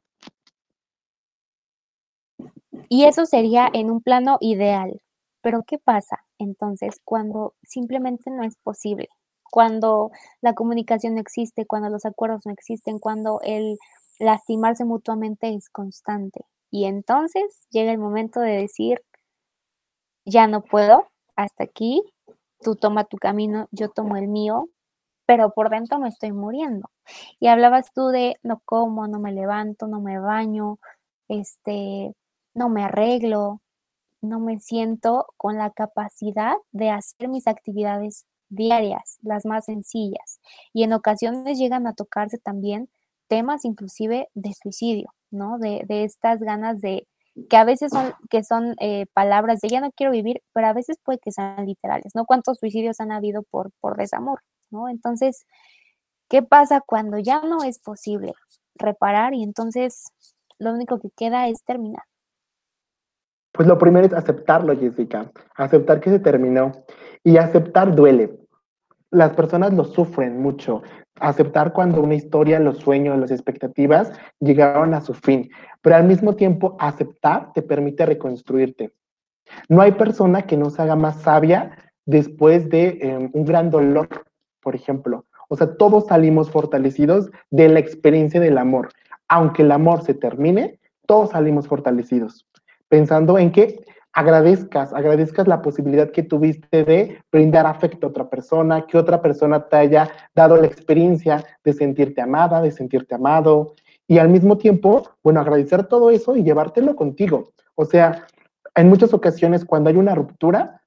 Y eso sería en un plano ideal. Pero ¿qué pasa entonces cuando simplemente no es posible? Cuando la comunicación no existe, cuando los acuerdos no existen, cuando el lastimarse mutuamente es constante. Y entonces llega el momento de decir, ya no puedo, hasta aquí, tú toma tu camino, yo tomo el mío, pero por dentro me estoy muriendo. Y hablabas tú de no como, no me levanto, no me baño, no me arreglo, no me siento con la capacidad de hacer mis actividades diarias, las más sencillas. Y en ocasiones llegan a tocarse también temas inclusive de suicidio, ¿no? De estas ganas de que a veces son palabras de ya no quiero vivir, pero a veces puede que sean literales, ¿no? ¿Cuántos suicidios han habido por desamor, ¿no? Entonces, ¿qué pasa cuando ya no es posible reparar y entonces lo único que queda es terminar? Pues lo primero es aceptarlo, Jessica, aceptar que se terminó. Y aceptar duele. Las personas lo sufren mucho. Aceptar cuando una historia, los sueños, las expectativas llegaron a su fin. Pero al mismo tiempo, aceptar te permite reconstruirte. No hay persona que no se haga más sabia después de un gran dolor, por ejemplo. O sea, todos salimos fortalecidos de la experiencia del amor. Aunque el amor se termine, todos salimos fortalecidos. Pensando en que agradezcas la posibilidad que tuviste de brindar afecto a otra persona, que otra persona te haya dado la experiencia de sentirte amada, de sentirte amado, y al mismo tiempo, bueno, agradecer todo eso y llevártelo contigo. O sea, en muchas ocasiones cuando hay una ruptura,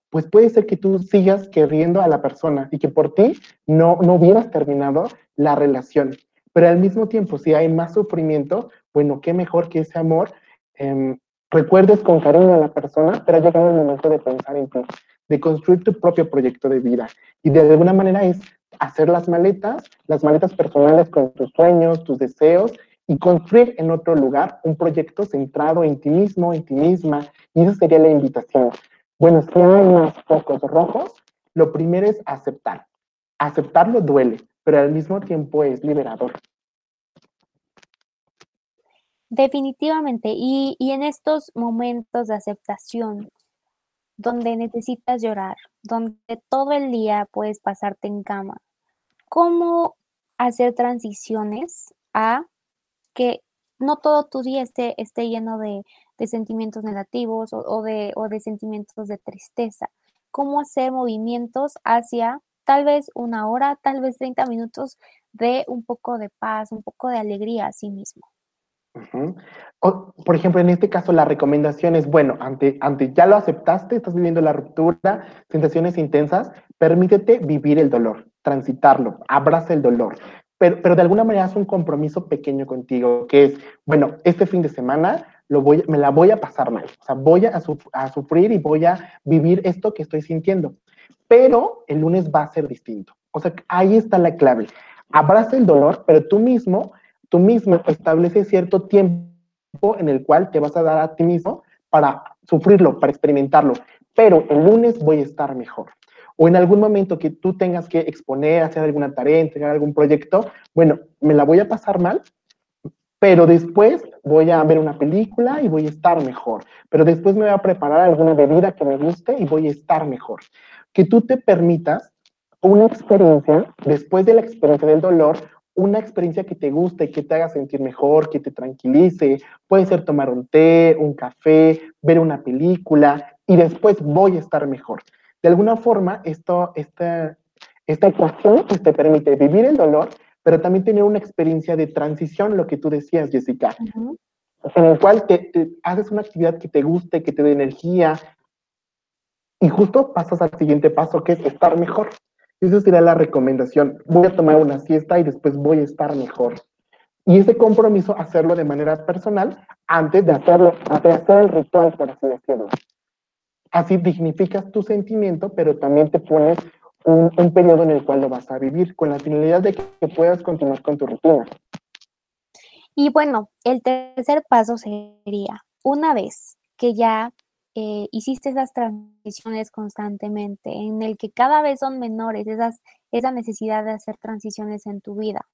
pues puede ser que tú sigas queriendo a la persona y que por ti no hubieras terminado la relación. Pero al mismo tiempo, si hay más sufrimiento, bueno, qué mejor que ese amor recuerdes con cariño a la persona, pero ha llegado el momento de pensar en ti, de construir tu propio proyecto de vida. Y de alguna manera es hacer las maletas personales con tus sueños, tus deseos, y construir en otro lugar un proyecto centrado en ti mismo, en ti misma. Y esa sería la invitación. Bueno, si hay más focos rojos, lo primero es aceptar. Aceptarlo duele, pero al mismo tiempo es liberador. Definitivamente. Y en estos momentos de aceptación, donde necesitas llorar, donde todo el día puedes pasarte en cama, ¿cómo hacer transiciones a que no todo tu día esté lleno de sentimientos negativos o de sentimientos de tristeza? ¿Cómo hacer movimientos hacia tal vez 1 hora, tal vez 30 minutos de un poco de paz, un poco de alegría a sí mismo? Uh-huh. Por ejemplo, en este caso, la recomendación es, bueno, ante ya lo aceptaste, estás viviendo la ruptura, sensaciones intensas, permítete vivir el dolor, transitarlo, abraza el dolor, pero de alguna manera es un compromiso pequeño contigo, que es, bueno, este fin de semana me la voy a pasar mal, o sea, voy a sufrir y voy a vivir esto que estoy sintiendo, pero el lunes va a ser distinto. O sea, ahí está la clave. Abraza el dolor, pero tú mismo estableces cierto tiempo en el cual te vas a dar a ti mismo para sufrirlo, para experimentarlo, pero el lunes voy a estar mejor. O en algún momento que tú tengas que exponer, hacer alguna tarea, entregar algún proyecto, bueno, me la voy a pasar mal, pero después voy a ver una película y voy a estar mejor. Pero después me voy a preparar alguna bebida que me guste y voy a estar mejor. Que tú te permitas una experiencia, después de la experiencia del dolor, una experiencia que te guste, que te haga sentir mejor, que te tranquilice. Puede ser tomar un té, un café, ver una película y después voy a estar mejor. De alguna forma, esta ecuación pues, te permite vivir el dolor, pero también tener una experiencia de transición, lo que tú decías, Jessica, Ujú. en el cual te haces una actividad que te guste, que te dé energía, y justo pasas al siguiente paso, que es estar mejor. Esa sería la recomendación. Voy a tomar una siesta y después voy a estar mejor. Y ese compromiso, hacerlo de manera personal antes de hacer el ritual, por así decirlo. Así dignificas tu sentimiento, pero también te pones un periodo en el cual lo vas a vivir, con la finalidad de que puedas continuar con tu rutina. Y bueno, el tercer paso sería, una vez que ya hiciste esas transiciones constantemente, en el que cada vez son menores esa necesidad de hacer transiciones en tu vida,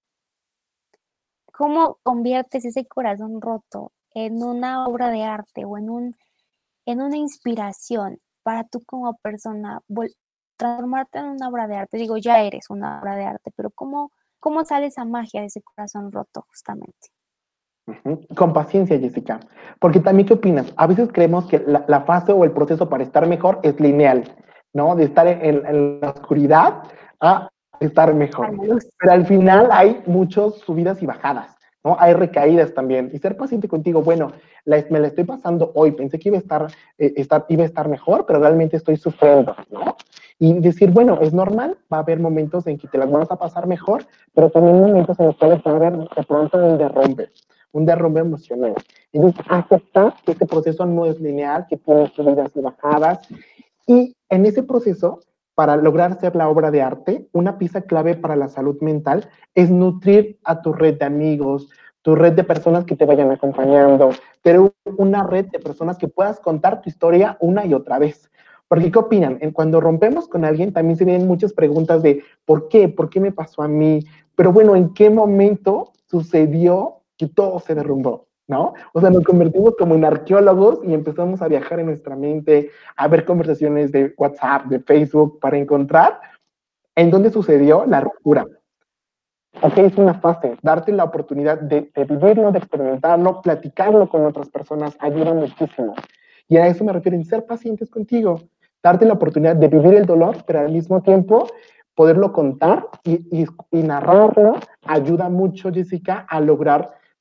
¿cómo conviertes ese corazón roto en una obra de arte o en una inspiración para tú como persona transformarte en una obra de arte? Digo, ya eres una obra de arte, pero ¿cómo sale esa magia de ese corazón roto justamente? Con paciencia, Jessica. Porque también, ¿qué opinas? A veces creemos que la fase o el proceso para estar mejor es lineal, ¿no? De estar en la oscuridad a estar A mejor. la luz. Pero al final hay muchas subidas y bajadas, ¿no? Hay recaídas también. Y ser paciente contigo, bueno, me la estoy pasando hoy, pensé que iba a estar mejor, pero realmente estoy sufriendo, ¿no? Y decir, bueno, es normal, va a haber momentos en que te las vas a pasar mejor, pero también momentos en los cuales va a haber de pronto un derrumbe emocional. Entonces, aceptar que este proceso no es lineal, que tiene subidas y bajadas. Y en ese proceso, para lograr ser la obra de arte, una pieza clave para la salud mental es nutrir a tu red de amigos, tu red de personas que te vayan acompañando, pero una red de personas que puedas contar tu historia una y otra vez. Porque, ¿qué opinan? Cuando rompemos con alguien, también se vienen muchas preguntas de ¿por qué? ¿Por qué me pasó a mí? Pero bueno, ¿en qué momento sucedió que todo se derrumbó? ¿No? O sea, nos convertimos como en arqueólogos y empezamos a viajar en nuestra mente, a ver conversaciones de WhatsApp, de Facebook, para encontrar en dónde sucedió la ruptura. Ok, es una fase. Darte la oportunidad de vivirlo, de experimentarlo, platicarlo con otras personas, ayuda muchísimo. Y a eso me refiero en ser pacientes contigo. Darte la oportunidad de vivir el dolor, pero al mismo tiempo poderlo contar y narrarlo ayuda mucho, Jessica, a lograr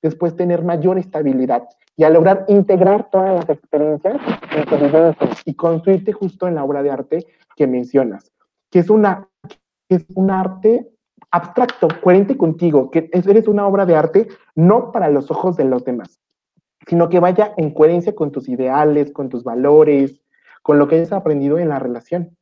después tener mayor estabilidad y a lograr integrar todas las experiencias en tu vida y construirte justo en la obra de arte que mencionas, que es un arte abstracto, coherente contigo, que eres una obra de arte no para los ojos de los demás, sino que vaya en coherencia con tus ideales, con tus valores, con lo que hayas aprendido en la relación.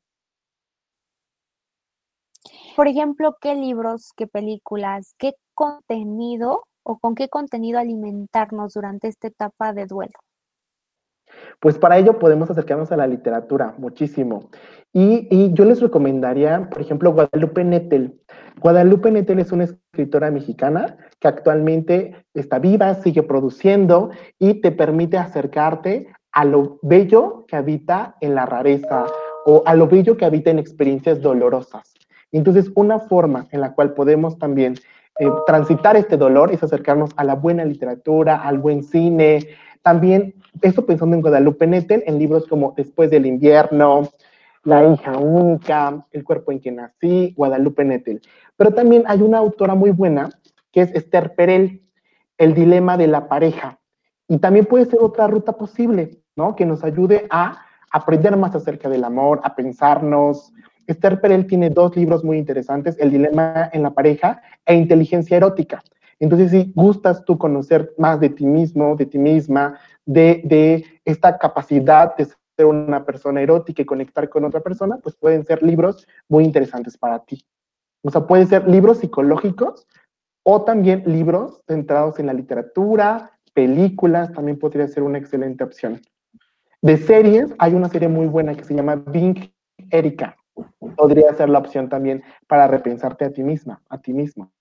Por ejemplo, ¿qué libros, qué películas, qué contenido o con qué contenido alimentarnos durante esta etapa de duelo? Pues para ello podemos acercarnos a la literatura muchísimo. Y yo les recomendaría, por ejemplo, Guadalupe Nettel. Guadalupe Nettel es una escritora mexicana que actualmente está viva, sigue produciendo y te permite acercarte a lo bello que habita en la rareza o a lo bello que habita en experiencias dolorosas. Entonces, una forma en la cual podemos también transitar este dolor es acercarnos a la buena literatura, al buen cine. También, eso pensando en Guadalupe Nettel, en libros como Después del invierno, La hija única, El cuerpo en que nací, Guadalupe Nettel. Pero también hay una autora muy buena que es Esther Perel, El dilema de la pareja. Y también puede ser otra ruta posible, ¿no? Que nos ayude a aprender más acerca del amor, a pensarnos. Esther Perel tiene 2 libros muy interesantes, El dilema en la pareja e Inteligencia erótica. Entonces, si gustas tú conocer más de ti mismo, de ti misma, de esta capacidad de ser una persona erótica y conectar con otra persona, pues pueden ser libros muy interesantes para ti. O sea, pueden ser libros psicológicos o también libros centrados en la literatura, películas, también podría ser una excelente opción. De series, hay una serie muy buena que se llama Bing Erika. Podría ser la opción también para repensarte a ti misma, a ti mismo.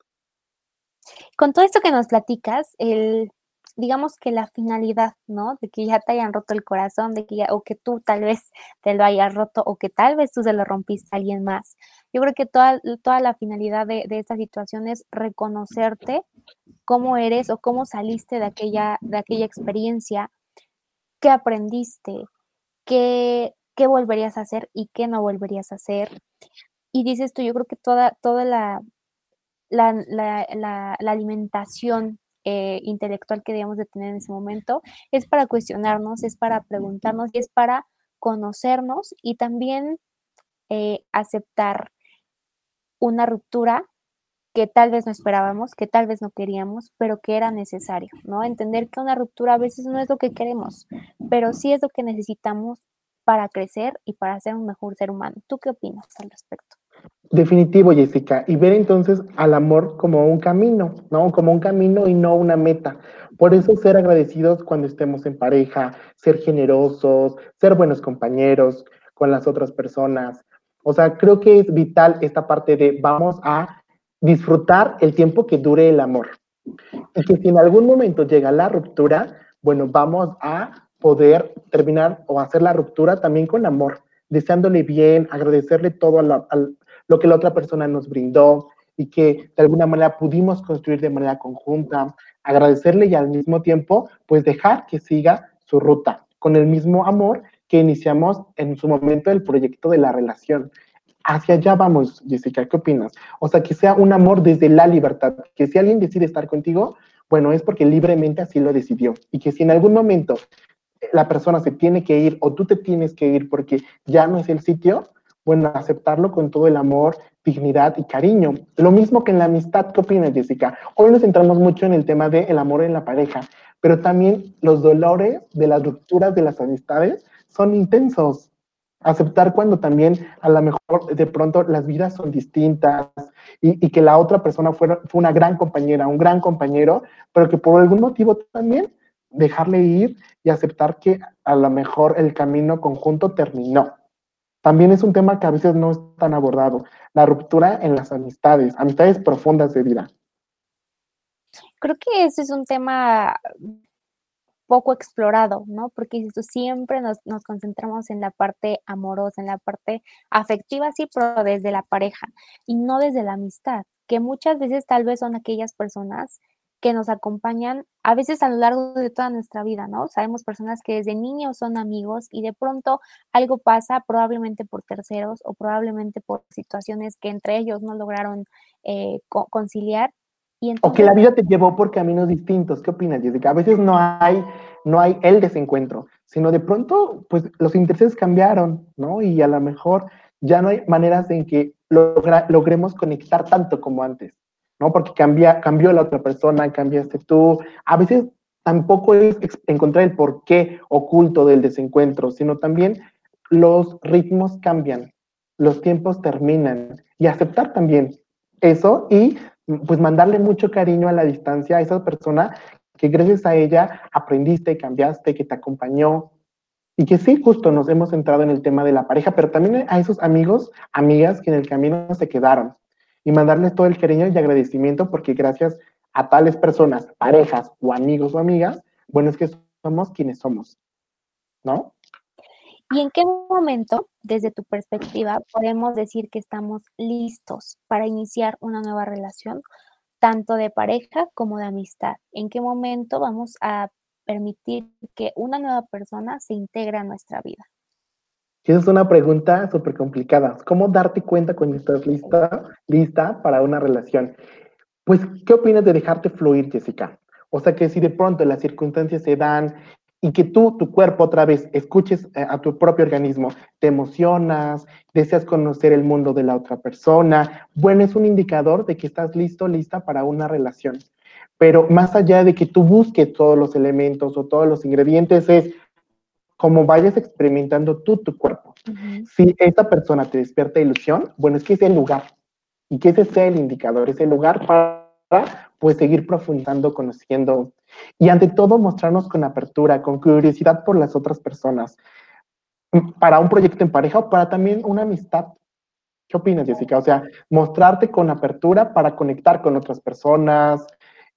Con todo esto que nos platicas, digamos que la finalidad, ¿no? De que ya te hayan roto el corazón, de que ya, o que tú tal vez te lo hayas roto, o que tal vez tú se lo rompiste a alguien más. Yo creo que toda la finalidad de esta situación es reconocerte cómo eres o cómo saliste de aquella experiencia, qué aprendiste, qué volverías a hacer y qué no volverías a hacer. Y dices tú, yo creo que toda la alimentación intelectual que debemos de tener en ese momento es para cuestionarnos, es para preguntarnos y es para conocernos y también aceptar una ruptura que tal vez no esperábamos, que tal vez no queríamos, pero que era necesario, ¿no? Entender que una ruptura a veces no es lo que queremos, pero sí es lo que necesitamos para crecer y para ser un mejor ser humano. ¿Tú qué opinas al respecto? Definitivo, Jessica, y ver entonces al amor como un camino, ¿no? Como un camino y no una meta. Por eso ser agradecidos cuando estemos en pareja, ser generosos, ser buenos compañeros con las otras personas. O sea, creo que es vital esta parte de vamos a disfrutar el tiempo que dure el amor. Y que si en algún momento llega la ruptura, bueno, vamos a poder terminar o hacer la ruptura también con amor, deseándole bien, agradecerle todo lo que la otra persona nos brindó y que de alguna manera pudimos construir de manera conjunta, agradecerle y al mismo tiempo, pues dejar que siga su ruta con el mismo amor que iniciamos en su momento del proyecto de la relación. Hacia allá vamos, Jessica, ¿qué opinas? O sea, que sea un amor desde la libertad, que si alguien decide estar contigo, bueno, es porque libremente así lo decidió. Y que si en algún momento la persona se tiene que ir o tú te tienes que ir porque ya no es el sitio, bueno, aceptarlo con todo el amor, dignidad y cariño. Lo mismo que en la amistad, ¿qué opinas, Jessica? Hoy nos centramos mucho en el tema del amor en la pareja, pero también los dolores de las rupturas de las amistades son intensos. Aceptar cuando también a lo mejor de pronto las vidas son distintas y que la otra persona fue una gran compañera, un gran compañero, pero que por algún motivo también dejarle ir y aceptar que a lo mejor el camino conjunto terminó. También es un tema que a veces no es tan abordado, la ruptura en las amistades, amistades profundas de vida. Creo que ese es un tema poco explorado, ¿no? Porque dices tú, siempre nos concentramos en la parte amorosa, en la parte afectiva, sí, pero desde la pareja y no desde la amistad, que muchas veces tal vez son aquellas personas que nos acompañan a veces a lo largo de toda nuestra vida, ¿no? Sabemos personas que desde niños son amigos y de pronto algo pasa, probablemente por terceros o probablemente por situaciones que entre ellos no lograron conciliar Y O que entonces, la vida te llevó por caminos distintos. ¿Qué opinas, Jessica? A veces no hay el desencuentro, sino de pronto, pues los intereses cambiaron, ¿no? Y a lo mejor ya no hay maneras en que logremos conectar tanto como antes, ¿no? Porque cambió la otra persona, cambiaste tú. A veces tampoco es encontrar el porqué oculto del desencuentro, sino también los ritmos cambian, los tiempos terminan y aceptar también eso y pues mandarle mucho cariño a la distancia a esa persona que gracias a ella aprendiste, cambiaste, que te acompañó y que sí, justo nos hemos centrado en el tema de la pareja, pero también a esos amigos, amigas que en el camino se quedaron y mandarles todo el cariño y agradecimiento porque gracias a tales personas, parejas o amigos o amigas, bueno, es que somos quienes somos, ¿no? ¿y en qué momento, desde tu perspectiva, podemos decir que estamos listos para iniciar una nueva relación, tanto de pareja como de amistad? ¿En qué momento vamos a permitir que una nueva persona se integre a nuestra vida? Y esa es una pregunta súper complicada. ¿Cómo darte cuenta cuando estás lista para una relación? Pues, ¿qué opinas de dejarte fluir, Jessica? O sea, que si de pronto las circunstancias se dan y que tú, tu cuerpo otra vez, escuches a tu propio organismo, te emocionas, deseas conocer el mundo de la otra persona, bueno, es un indicador de que estás listo, lista para una relación. Pero más allá de que tú busques todos los elementos o todos los ingredientes, es como vayas experimentando tú tu cuerpo. Ujú, Si esta persona te despierta ilusión, bueno, es que es el lugar y que ese sea el indicador, ese lugar para pues seguir profundizando, conociendo y ante todo mostrarnos con apertura, con curiosidad por las otras personas, para un proyecto en pareja o para también una amistad. ¿Qué opinas, Jessica? O sea, mostrarte con apertura para conectar con otras personas,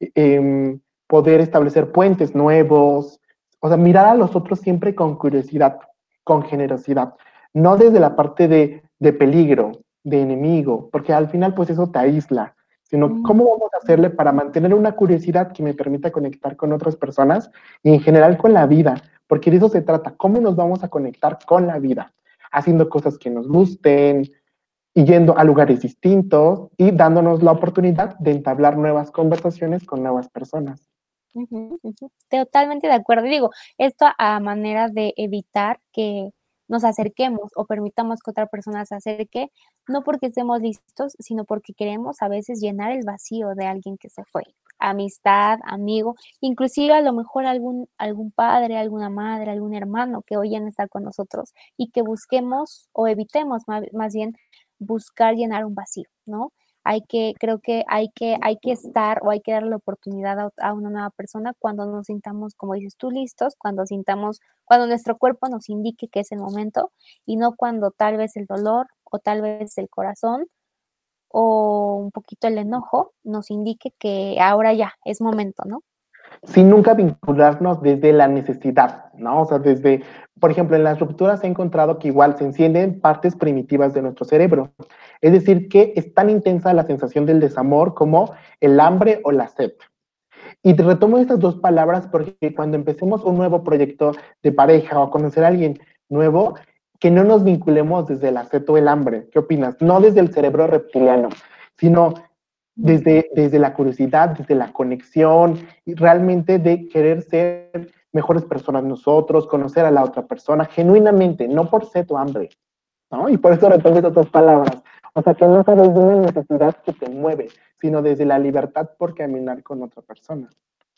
poder establecer puentes nuevos, o sea, mirar a los otros siempre con curiosidad, con generosidad, no desde la parte de peligro, de enemigo, porque al final pues eso te aísla, sino mm, cómo vamos a hacerle para mantener una curiosidad que me permita conectar con otras personas y en general con la vida, porque de eso se trata, cómo nos vamos a conectar con la vida, haciendo cosas que nos gusten, y yendo a lugares distintos y dándonos la oportunidad de entablar nuevas conversaciones con nuevas personas. ujú, ujú. Totalmente de acuerdo. Y digo, esto a manera de evitar que nos acerquemos o permitamos que otra persona se acerque, no porque estemos listos, sino porque queremos a veces llenar el vacío de alguien que se fue. Amistad, amigo, inclusive a lo mejor algún padre, alguna madre, algún hermano que hoy ya no está con nosotros y que busquemos o evitemos más bien buscar llenar un vacío, ¿no? Creo que hay que estar o hay que darle la oportunidad a una nueva persona cuando nos sintamos, como dices tú, listos, cuando nuestro cuerpo nos indique que es el momento y no cuando tal vez el dolor o tal vez el corazón o un poquito el enojo nos indique que ahora ya es momento, ¿no? Sin nunca vincularnos desde la necesidad, ¿no? O sea, desde, por ejemplo, en las rupturas he encontrado que igual se encienden partes primitivas de nuestro cerebro. Es decir, que es tan intensa la sensación del desamor como el hambre o la sed. Y te retomo estas dos palabras porque cuando empecemos un nuevo proyecto de pareja o a conocer a alguien nuevo, que no nos vinculemos desde el aceto o el hambre. ¿Qué opinas? No desde el cerebro reptiliano, sino Mm, desde la curiosidad, desde la conexión y realmente de querer ser mejores personas nosotros, conocer a la otra persona genuinamente, no por sed o hambre, ¿no? Y por eso retomo estas dos palabras. O sea, que no sabes de una necesidad que te mueve, sino desde la libertad por caminar con otra persona.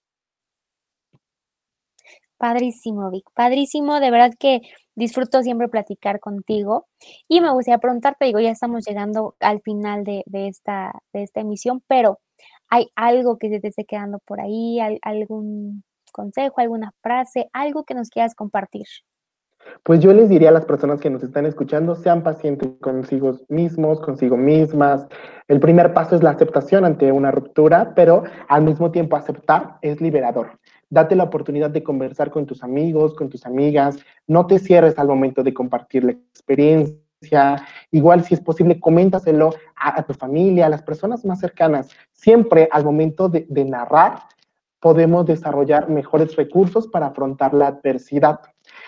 Padrísimo, Vic, padrísimo, de verdad que disfruto siempre platicar contigo y me gustaría preguntarte, digo, ya estamos llegando al final de esta emisión, pero ¿hay algo que se te esté quedando por ahí, algún consejo, alguna frase, algo que nos quieras compartir? Pues yo les diría a las personas que nos están escuchando, sean pacientes consigo mismos, consigo mismas. El primer paso es la aceptación ante una ruptura, pero al mismo tiempo aceptar es liberador. Date la oportunidad de conversar con tus amigos, con tus amigas. No te cierres al momento de compartir la experiencia. Igual, si es posible, coméntaselo a tu familia, a las personas más cercanas. Siempre al momento de narrar, podemos desarrollar mejores recursos para afrontar la adversidad.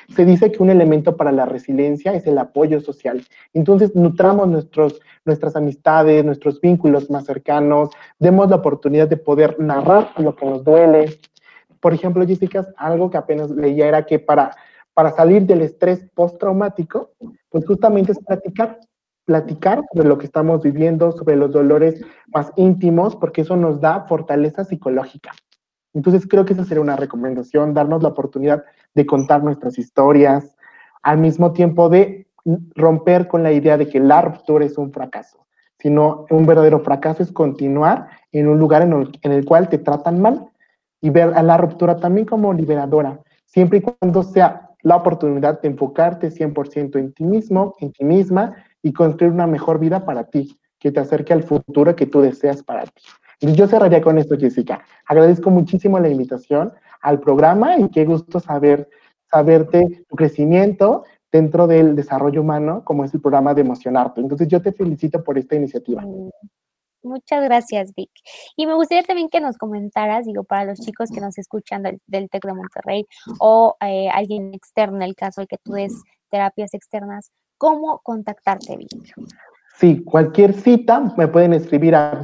Se dice que un elemento para la resiliencia es el apoyo social. Entonces, nutramos nuestras amistades, nuestros vínculos más cercanos, demos la oportunidad de poder narrar lo que nos duele. Por ejemplo, Jessica, algo que apenas leía era que para salir del estrés postraumático, pues justamente es platicar sobre lo que estamos viviendo, sobre los dolores más íntimos, porque eso nos da fortaleza psicológica. Entonces creo que esa sería una recomendación, darnos la oportunidad de contar nuestras historias, al mismo tiempo de romper con la idea de que la ruptura es un fracaso, sino un verdadero fracaso es continuar en un lugar en el cual te tratan mal y ver a la ruptura también como liberadora, siempre y cuando sea la oportunidad de enfocarte 100% en ti mismo, en ti misma y construir una mejor vida para ti, que te acerque al futuro que tú deseas para ti. Y yo cerraría con esto, Jessica. Agradezco muchísimo la invitación al programa y qué gusto saberte tu crecimiento dentro del desarrollo humano, como es el programa de Emocionarte. Entonces, yo te felicito por esta iniciativa. Muchas gracias, Vic. Y me gustaría también que nos comentaras, digo, para los chicos que nos escuchan del TEC de Monterrey o alguien externo, en el caso de que tú des terapias externas, ¿cómo contactarte, Vic? Sí, cualquier cita me pueden escribir a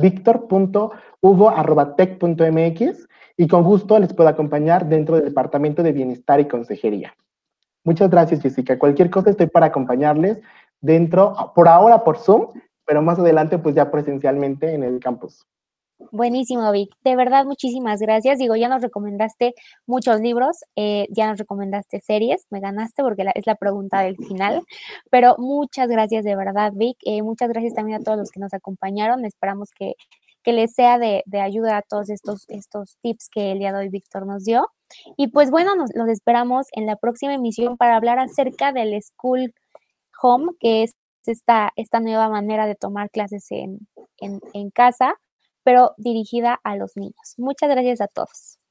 victor.hugo@tec.mx y con gusto les puedo acompañar dentro del Departamento de Bienestar y Consejería. Muchas gracias, Jessica. Cualquier cosa estoy para acompañarles dentro, por ahora por Zoom, pero más adelante pues ya presencialmente en el campus. Buenísimo, Vic. De verdad, muchísimas gracias. Digo, ya nos recomendaste muchos libros, ya nos recomendaste series, me ganaste porque es la pregunta del final, pero muchas gracias de verdad, Vic. Muchas gracias también a todos los que nos acompañaron. Esperamos que les sea de ayuda a todos estos tips que el día de hoy Víctor nos dio. Y pues bueno, los esperamos en la próxima emisión para hablar acerca del School Home, que es esta nueva manera de tomar clases en casa, pero dirigida a los niños. Muchas gracias a todos.